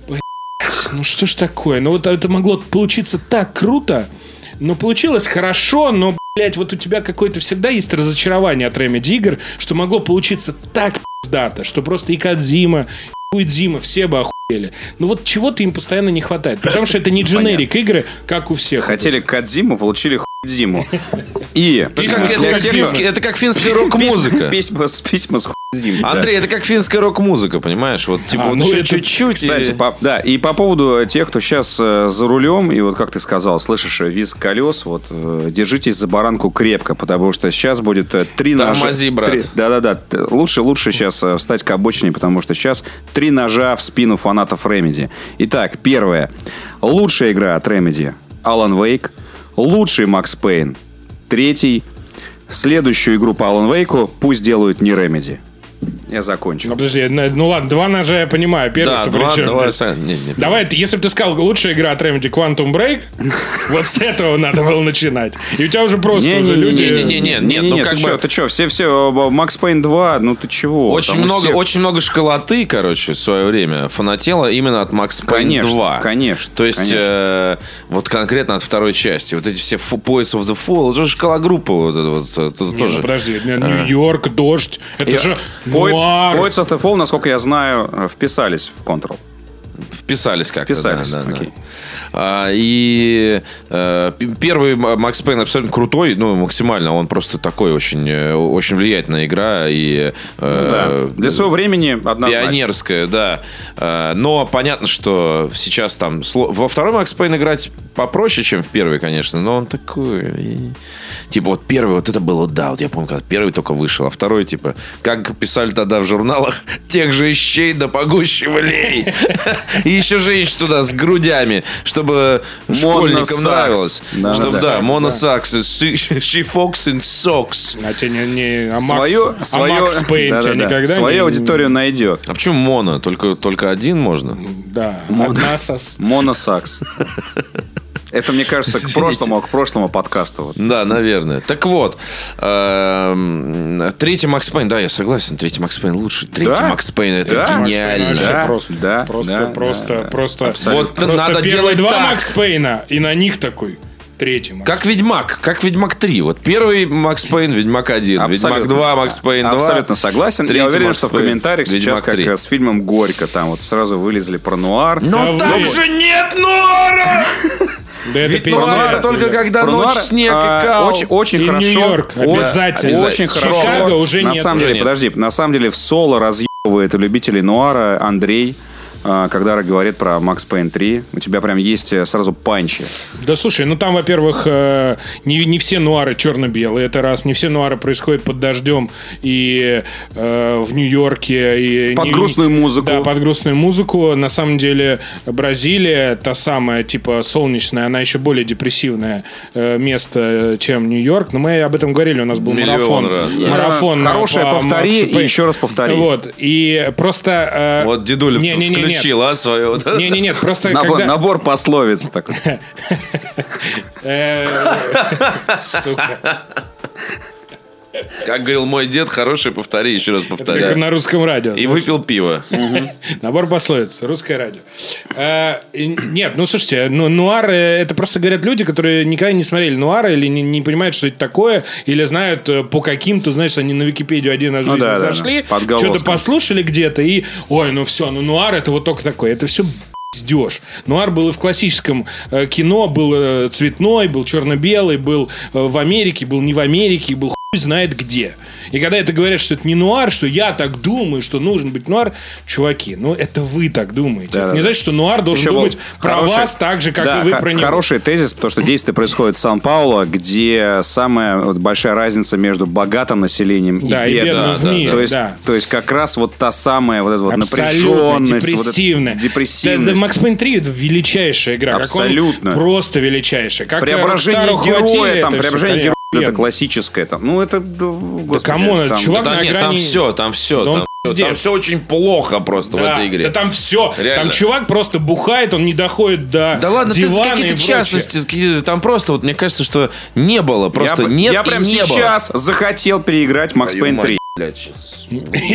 Ну, что ж такое? Ну, вот это могло получиться так круто, но получилось хорошо, но, блядь, вот у тебя какое-то всегда есть разочарование от Remedy игр, что могло получиться так пиздато, что просто и Кодзима, Уидзима, все бы охуели. Ну вот чего-то им постоянно не хватает. Потому что это не дженерик игры, как у всех. Хотели Кодзиму, получили хуйдзиму. И... И как, это, как финский, это как финская рок-музыка. Письма с письма с хуйдзимой. Андрей, да. Это как финская рок-музыка, понимаешь? Вот типа а, вот ну еще это... чуть-чуть. Кстати, и... по, да, и по поводу тех, кто сейчас э, за рулем, и вот как ты сказал, слышишь визг колес, вот э, держитесь за баранку крепко, потому что сейчас будет э, три ножа. Тормози, брат. Три, да-да-да. Лучше, лучше сейчас э, встать к обочине, потому что сейчас три ножа в спину фанатов Remedy. Итак, первое. Лучшая игра от Remedy Alan Wake. Лучший Макс Пейн. Третий. Следующую игру по Alan Wake пусть делают не Remedy. Я закончу. Ну, подожди, ну ладно, два ножа я понимаю. Первый, да, то два, причем... давай, Сань, не, не, давай, если бы ты сказал, лучшая игра от Remedy Quantum Break, вот с этого надо было начинать. И у тебя уже просто уже люди... Не-не-не, нет, ну как бы... Ты что, все, все, Макс Пейн два, ну ты чего? Очень много, очень много школоты, короче, в свое время фанатела именно от Макс Пейн два. Конечно, то есть, э, вот конкретно от второй части. Вот эти все Boys of the Fall, это же школа-группа вот это вот. Это не, тоже. Ну, подожди, Нью-Йорк, Дождь, это Я... же Boys, нуар. Boys of the Fall, насколько я знаю, вписались в Control. Вписались как-то. Вписались, да, да, окей. Да. А, и а, первый Макс Пейн абсолютно крутой, ну, максимально. Он просто такой очень, очень влиятельная игра. И, ну, да. Для своего времени однозначно. Пионерская, да. А, но понятно, что сейчас там... Во второй Макс Пейн играть попроще, чем в первый, конечно. Но он такой... И... Типа вот первый, вот это было, да, вот я помню, когда первый только вышел, а второй, типа, как писали тогда в журналах, тех же щей да погущего лей. И еще женщин туда с грудями, чтобы школьникам нравилось. Да, чтобы, да, да, да, моносакс. She fox in socks. А тебе не, не а свою, Макс, свою, а Макс Пейн да, тебя да, никогда свою не... аудиторию найдет. А почему моно? Только, только один можно? Да, Моно. одна сос. Моносакс. Это, мне кажется, к прошлому, к прошлому подкасту. Вот. Да, наверное. Так вот, эм, третий Макс Пейн, да, я согласен, третий Макс Пейн лучше. Третий Да? Макс Пейн, это Да? гениально. Вообще Да, просто, да, просто, да, просто, да, да. просто, Вот просто надо первые делать два так. Макс Пейна, и на них такой третий Макс. Как Ведьмак, как Ведьмак три. Вот первый Макс Пейн, Ведьмак один, Абсолютно. Ведьмак два, Макс Пейн два. Абсолютно согласен. Третий Я уверен, Макс что в Пейн, комментариях сейчас, Ведьмак как три. с фильмом «Горько», там вот сразу вылезли про нуар. Но Да там вы- же нет нора! Да это Ведь пиздец, нуар только блядь. когда Про ночь, нуар, снег а, и кал. Очень, очень И хорошо. Нью-Йорк О- обязательно. Очень хорошо. Чикаго уже на нет, самом уже деле, нет. подожди, на самом деле в соло разъебывает у любителей нуара Андрей, а, когда говорит про Макс Пейн три. У тебя прям есть э, сразу панчи. Да слушай, ну там, во-первых, э, не, не все нуары черно-белые, это раз. Не все нуары происходят под дождем и э, в Нью-Йорке. И Под не- грустную музыку. Да, под грустную музыку. На самом деле Бразилия, та самая, типа, солнечная, она еще более депрессивное э, место, чем Нью-Йорк. Но мы об этом говорили, у нас был Миллион марафон. раз, да. Марафон Хорошее по повтори Максу и Пейну. еще раз повтори. Вот, и просто... э, Вот дедуля не, не, не, нет. включил, а, свое. вот это. Не-не-нет, просто Набор, когда... набор пословиц такой. Э, Сука. Как говорил мой дед, хороший, повтори, еще раз Только повторяй. на русском радио. И выпил пиво. Набор пословиц. Русское радио. Э, и- Нет, ну слушайте, ну, нуар э, это просто говорят люди, которые никогда не смотрели нуара или не, не понимают, что это такое, или знают э, по каким-то, знаешь, они на Википедию один раз в Ну жизни да, да, зашли, да. Подголоском. что-то послушали где-то и, ой, ну все, ну нуар это вот только такое. Это все пиздеж. Нуар был и в классическом э, кино, был э, цветной, был черно-белый, был э, в Америке, был не в Америке, был хуй знает где. И когда это говорят, что это не нуар, что я так думаю, что нужен быть нуар, чуваки, ну это вы так думаете. Да, Это да, не да. значит, что нуар должен Еще был думать про хороший- вас так же, как Да, и вы х- про него. Хороший тезис, потому что действие происходит в Сан-Пауло, где самая вот большая разница между богатым населением Да, и и бедным. бедным в да, мире, То есть, да. то есть как раз вот та самая вот эта вот Абсолютно напряженность, депрессивная. вот эта депрессивность. Да, да, Макс Пейн три это величайшая игра. Абсолютно. Как он просто величайшая. Как Преображение Rockstar героя, ухватили там, это всё, преображение конечно, героя, это офигенно. классическое. Там, ну, это, да, господи, камон, там- чувак Да на нет, там грани- все, там все. Да он Там, пиздец. там все очень плохо просто в Да, этой игре. да там все. Реально. Там чувак просто бухает, он не доходит до Да ладно, ты дивана какие-то и прочее. частности, какие-то- там просто, вот мне кажется, что не было, просто я, нет я и прям не было. сейчас захотел переиграть Макс Твою Пейн мать, три. блядь, щас.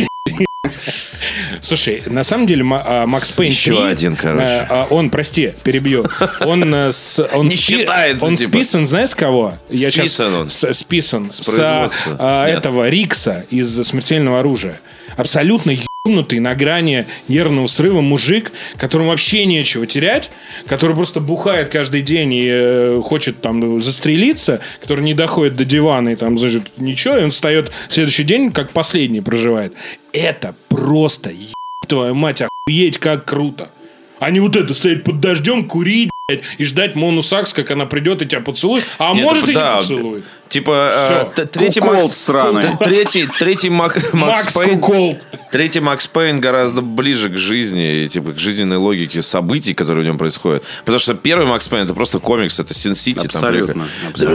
Слушай, на самом деле Ма- а, Макс Пейн Еще три, один, короче. э, а, он, прости, перебью. Он, э, с, он Не считается, Он типа. списан, знаешь, с кого? Я щас- Списан он. с- списан. С, производства а, снят. этого Рикса из «Смертельного оружия». Абсолютно ебнутый, на грани нервного срыва мужик, которому вообще нечего терять, который просто бухает каждый день и э, хочет там застрелиться, который не доходит до дивана и там значит, ничего, и он встает в следующий день, как последний проживает. Это просто, еб твою мать, охуеть, как круто. А не вот это, стоять под дождем, курить, блядь, и ждать Мону Сакс, как она придет и тебя поцелует. А Нет, может да, и не поцелует. Типа, Всё. э, т- третий Куколд Макс... сраный. т- Третий, третий Мак- Макс Макс Пейн... Куколд. Третий Макс Пейн гораздо ближе к жизни, и, типа, к жизненной логике событий, которые в нем происходят. Потому что первый Макс Пейн — это просто комикс, это Син-Сити. там Абсолютно.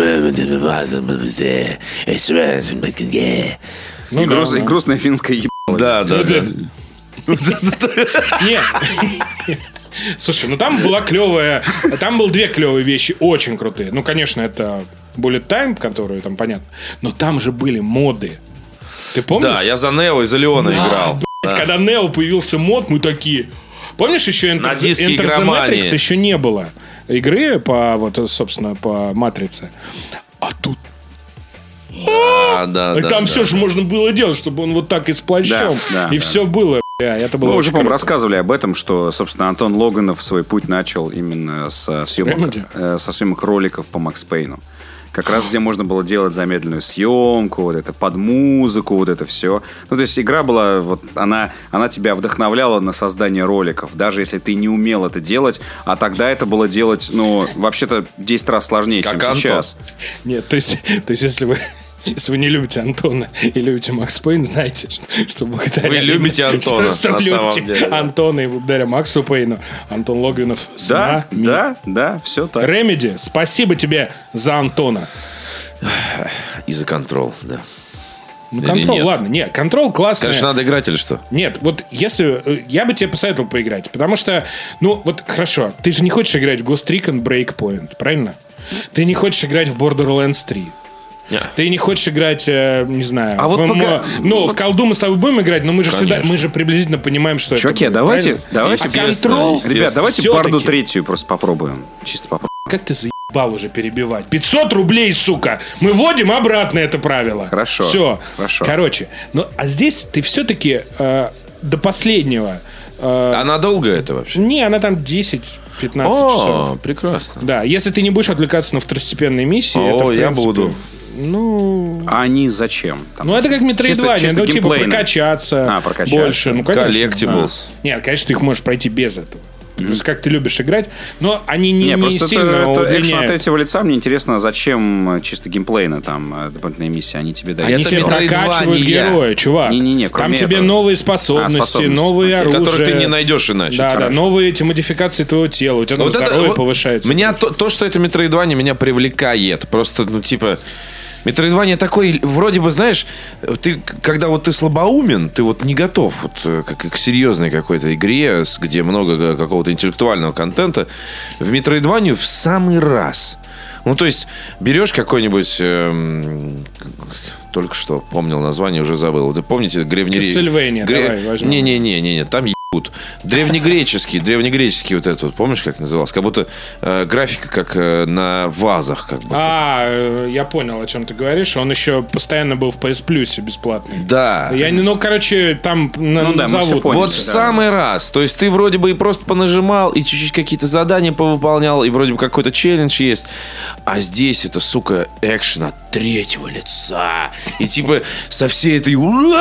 Ну и, да, груз- да. и грустная финская ебала. Да, да, да. Нет. Слушай, ну там была клевая... Там было две клевые вещи, очень крутые. Ну, конечно, это Bullet Time, которые там понятно. Но там же были моды. Ты помнишь? Да, я за Нео и за Леона играл. Блядь, Да. когда Нео появился мод, мы такие... Помнишь, еще Enter, На диске Enter the игромании. Matrix еще не было игры по, вот, собственно, по Матрице. А тут Да, да, и да, там да. все же можно было делать, чтобы он вот так и с плащом. Да, да, и да. все было, бля, это было Мы очень уже, по-моему, круто. рассказывали об этом, что, собственно, Антон Логинов свой путь начал именно со съемок, Ремеди? э, со съемок роликов по Макс Пейну. Как раз где можно было делать замедленную съемку, вот это под музыку, вот это все. Ну, то есть игра была, вот она, она тебя вдохновляла на создание роликов, даже если ты не умел это делать, а тогда это было делать, ну, вообще-то десять раз сложнее, Как чем Антон. сейчас. Нет, то есть, то есть если вы если вы не любите Антона и любите Макс Пейн, знайте, что, что благодаря... Вы любите Антона, что, на что самом любите деле. Антона и благодаря Максу Пейну Антон Логвинов с Да, нами. да, да, все так. Ремеди, спасибо тебе за Антона. И за контрол, да. Ну, Или контрол, нет? ладно, нет, контрол классный. Конечно, надо играть или что? Нет, вот если... э, Я бы тебе посоветовал поиграть, потому что, ну, вот хорошо, ты же не хочешь играть в Ghost Recon Breakpoint, правильно? Ты не хочешь играть в Borderlands три. Не. Ты не хочешь играть, э, не знаю, А в, вот ММО. пока- Ну, в колду мы с тобой будем играть, но мы же всегда, Конечно. мы же приблизительно понимаем, что Чуваки, это а будет, давайте, правильно? давайте, А Естественно, контрол, естественно. ребят, давайте всё-таки- парду третью просто попробуем. Чисто попробуем. Как ты заебал уже перебивать? пятьсот рублей, сука! Мы вводим обратно это правило. Хорошо, Все. хорошо. Короче, ну, а здесь ты все-таки э, до последнего А надолго это вообще? Не, она там десять-пятнадцать О, часов. прекрасно. Да, если ты не будешь отвлекаться на второстепенные миссии, О, это в я принципе, буду. Ну, А они зачем? Там, ну это как Metroidvania, чисто ну типа геймплейно. прокачаться, А, прокачаться. больше. Ну, конечно. Collectibles. А. Нет, конечно, ты их можешь пройти без этого. Mm-hmm. То есть, как ты любишь играть, но они не, не, не просто сильно это, это удлиняют. экшен от третьего лица. Мне интересно, зачем чисто геймплейно там дополнительные миссии они тебе дают. Они Это тебе прокачивают героя, чувак. Не-не-не, Там кроме тебе этого. новые способности, А, способности. новые Окей. оружия. Которые ты не найдешь иначе. Да, Хорошо. да, новые эти модификации твоего тела. У тебя Вот это- здоровье вот повышается. Меня то, то, что это Metroidvania, меня привлекает. Просто, ну, типа... Metroidvania такой, вроде бы, знаешь, ты, когда вот ты слабоумен, ты вот не готов вот, э, как, к серьезной какой-то игре, с- где много какого-то интеллектуального контента. В Metroidvania в самый раз. Ну, то есть, берешь какой-нибудь... эм, только что помнил название, уже забыл. Вы помните? Древнегреческий... Castlevania, давай возьмем. Не-не-не, там ебут. Древнегреческий, древнегреческий вот этот вот, помнишь, как назывался? Как будто э, графика как э, на вазах, как бы. А, э, я понял, о чем ты говоришь. Он еще постоянно был в пи эс Plus бесплатный. Да. Я не, ну, короче, там на- Ну да, мы назовут. всё поняли. Вот в да. самый раз. То есть ты вроде бы и просто понажимал, и чуть-чуть какие-то задания повыполнял, и вроде бы какой-то челлендж есть. А здесь это, сука, экшен от третьего лица. И типа со всей этой...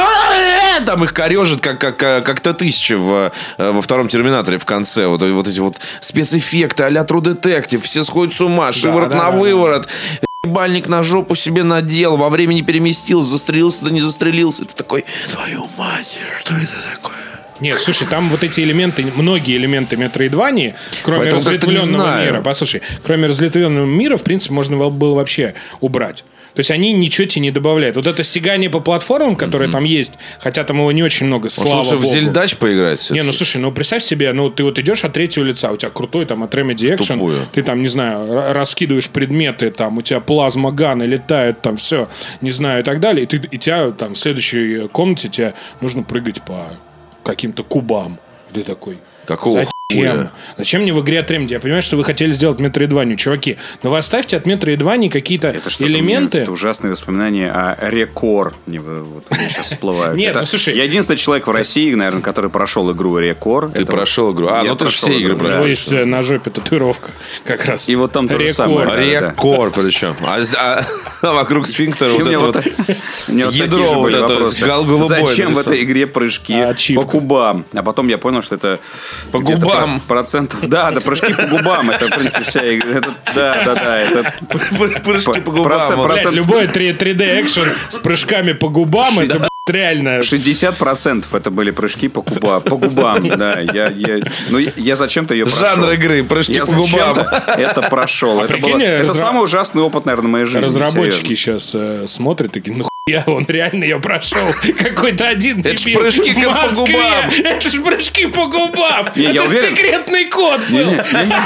Там их корежит, как, как, как Т-тысяча в, во втором Терминаторе в конце. Вот, вот эти вот спецэффекты а-ля True Detective. Все сходят с ума. Шиворот да, на да, да. выворот. Ебальник на жопу себе надел. Во времени переместился. Застрелился, да не застрелился. Это такой... Твою мать, что это такое? Нет, слушай, там вот эти элементы, многие элементы Metroidvania, кроме Поэтому как-то не разветвленного знаю. мира, послушай, кроме разветвленного мира, в принципе, можно было вообще убрать. То есть они ничего тебе не добавляют. Вот это сигание по платформам, которое mm-hmm. там есть, хотя там его не очень много, слава Может, лучше богу. в Зельдач поиграть все-таки? Не, ну слушай, ну представь себе, ну ты вот идешь от третьего лица, у тебя крутой там от Remedy Action, Тупую. ты там, не знаю, р- раскидываешь предметы, там у тебя плазма-ганы летают, там все, не знаю, и так далее, и, ты, и тебя там в следующей комнате тебе нужно прыгать по каким-то кубам. И ты такой... Какого Зачем? хуя? Зачем мне в игре от Remedy? Я понимаю, что вы хотели сделать Metroidvania, чуваки. Но вы оставьте от Metroidvania какие-то Это что-то элементы. у меня- Это ужасные воспоминания о Рекор. Мне вы- вот мне сейчас всплывают. Нет, Это- ну, слушай. Я единственный человек в России, наверное, который прошел игру Рекор. Ты Это прошел игру. А, Я ну ты же прошел все игры игру, У него прошел. есть э, на жопе татуировка как раз. И вот там то же Рекорд. самое. Да, да. Рекорд причем. А, з- а вокруг сфинктера И вот у меня это вот, вот... у меня вот ядро такие же вот были это вопросы. гал- голубое Зачем в нарисовано? этой игре прыжки А, ачивка. по кубам? А потом я понял, что это По где-то губам. про- процентов. Да, да, прыжки по губам. Это, в принципе, вся игра. Это- Да, да, да. Это Прыжки по Процент- губам. Блядь, процент- любой три дэ экшен с прыжками по губам, это блядь, реально. шестьдесят процентов это были прыжки по, куба, по губам. Да, я, я, ну, я- я зачем-то ее прошел. Жанр игры, прыжки Я по губам. зачем-то это прошел. это прикинь, было- это разра- самый ужасный опыт, наверное, в моей жизни. Разработчики серьезно. сейчас э, смотрят такие, ну хуя, он реально ее прошел. Какой-то один Это ж дебил прыжки в как по Москве. губам. Это ж прыжки по губам. Не, я Это ж уверен. секретный код был. Не-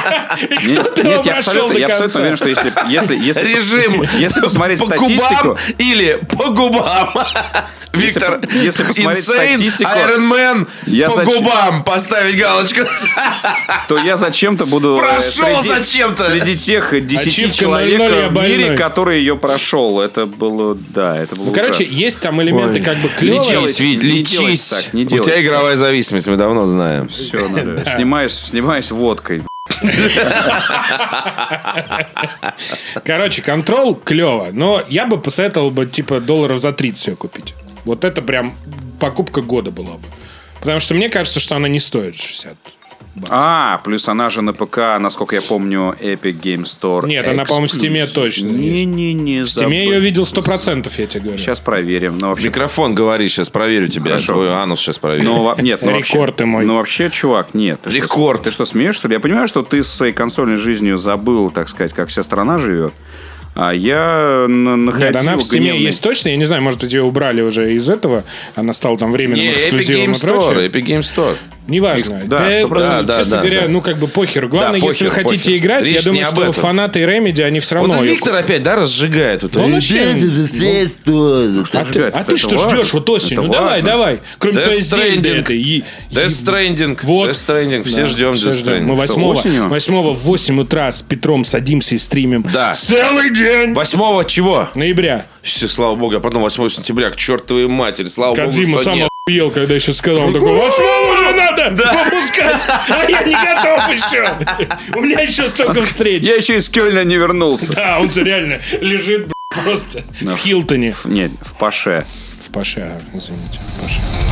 И кто-то его Нет, я прошел абсолютно, до я абсолютно конца. уверен, что если, если, если, Режим если посмотреть по статистику, губам или по губам. Виктор, если посмотреть Insane, статистику, Iron Man, я по зач- губам поставить галочку. то я зачем-то буду э, Прошел среди, зачем-то. среди тех десяти Ачивка человек ноль ноль, я в мире, больной. которые ее прошел. Это было, да, это было Ну, короче, ужасно. есть там элементы как бы клевые. Лечись, Вить, не лечись. делайте так, не У тебя делайте игровая зависимость, мы давно знаем. Все, надо. Снимаюсь, снимаюсь водкой. Короче, контрол клево, но я бы посоветовал бы типа долларов за тридцать ее купить. Вот это прям покупка года была бы. Потому что мне кажется, что она не стоит шестьдесят баксов. А, плюс она же на ПК, насколько я помню, Epic Game Store. Нет, она, по-моему, в Steam точно есть. Не-не-не. В Steam я ее видел сто процентов, я тебе говорю. Сейчас проверим. Ну, вообще, Микрофон говори, сейчас проверю тебя. Хорошо. Твой анус сейчас проверю. ну, во- нет, ну, вообще, Рекорд ты мой. ну вообще, чувак, нет. Ты что, Рекорд. Ты что, смеешься, что ли? Я понимаю, что ты со своей консольной жизнью забыл, так сказать, как вся страна живет. А я на- находил Нет, она в Steam гневный- есть точно. Я не знаю, может быть, ее убрали уже из этого. Она стала там временным Не, Epic эксклюзивом Game и прочее. Store, Epic Game Store. Неважно. Да, сто процентов. Да, честно да, говоря, да. ну как бы похер. Главное, Да, если вы похер, хотите похер. играть, Речь я думаю, не об что этом. фанаты Remedy, они все равно Вот ее Виктор опять, да, разжигает. Вот Ну, это. вообще. А ты, а ты это что важно. ждешь вот осенью? Это Ну давай, важно. давай. Кроме Death своей Зельды Stranding. этой. и- Death и- Stranding. Вот. Death Stranding. Все Да, ждем все Death ждем. Мы Stranding. восьмого, осенью? восьмого в восемь утра с Петром садимся и стримим. Да. Целый день. Восьмого чего? Ноября. Все, слава богу, а потом восьмого сентября, к чертовой матери, слава Кодзима богу, что сам нет. ел, когда еще сказал. Он такой, восьмого уже надо выпускать, а я не готов еще. У меня еще столько встреч. Я еще из Кёльна не вернулся. Да, он реально лежит просто в Хилтоне. Нет, в Паше. В Паше, извините, в Паше.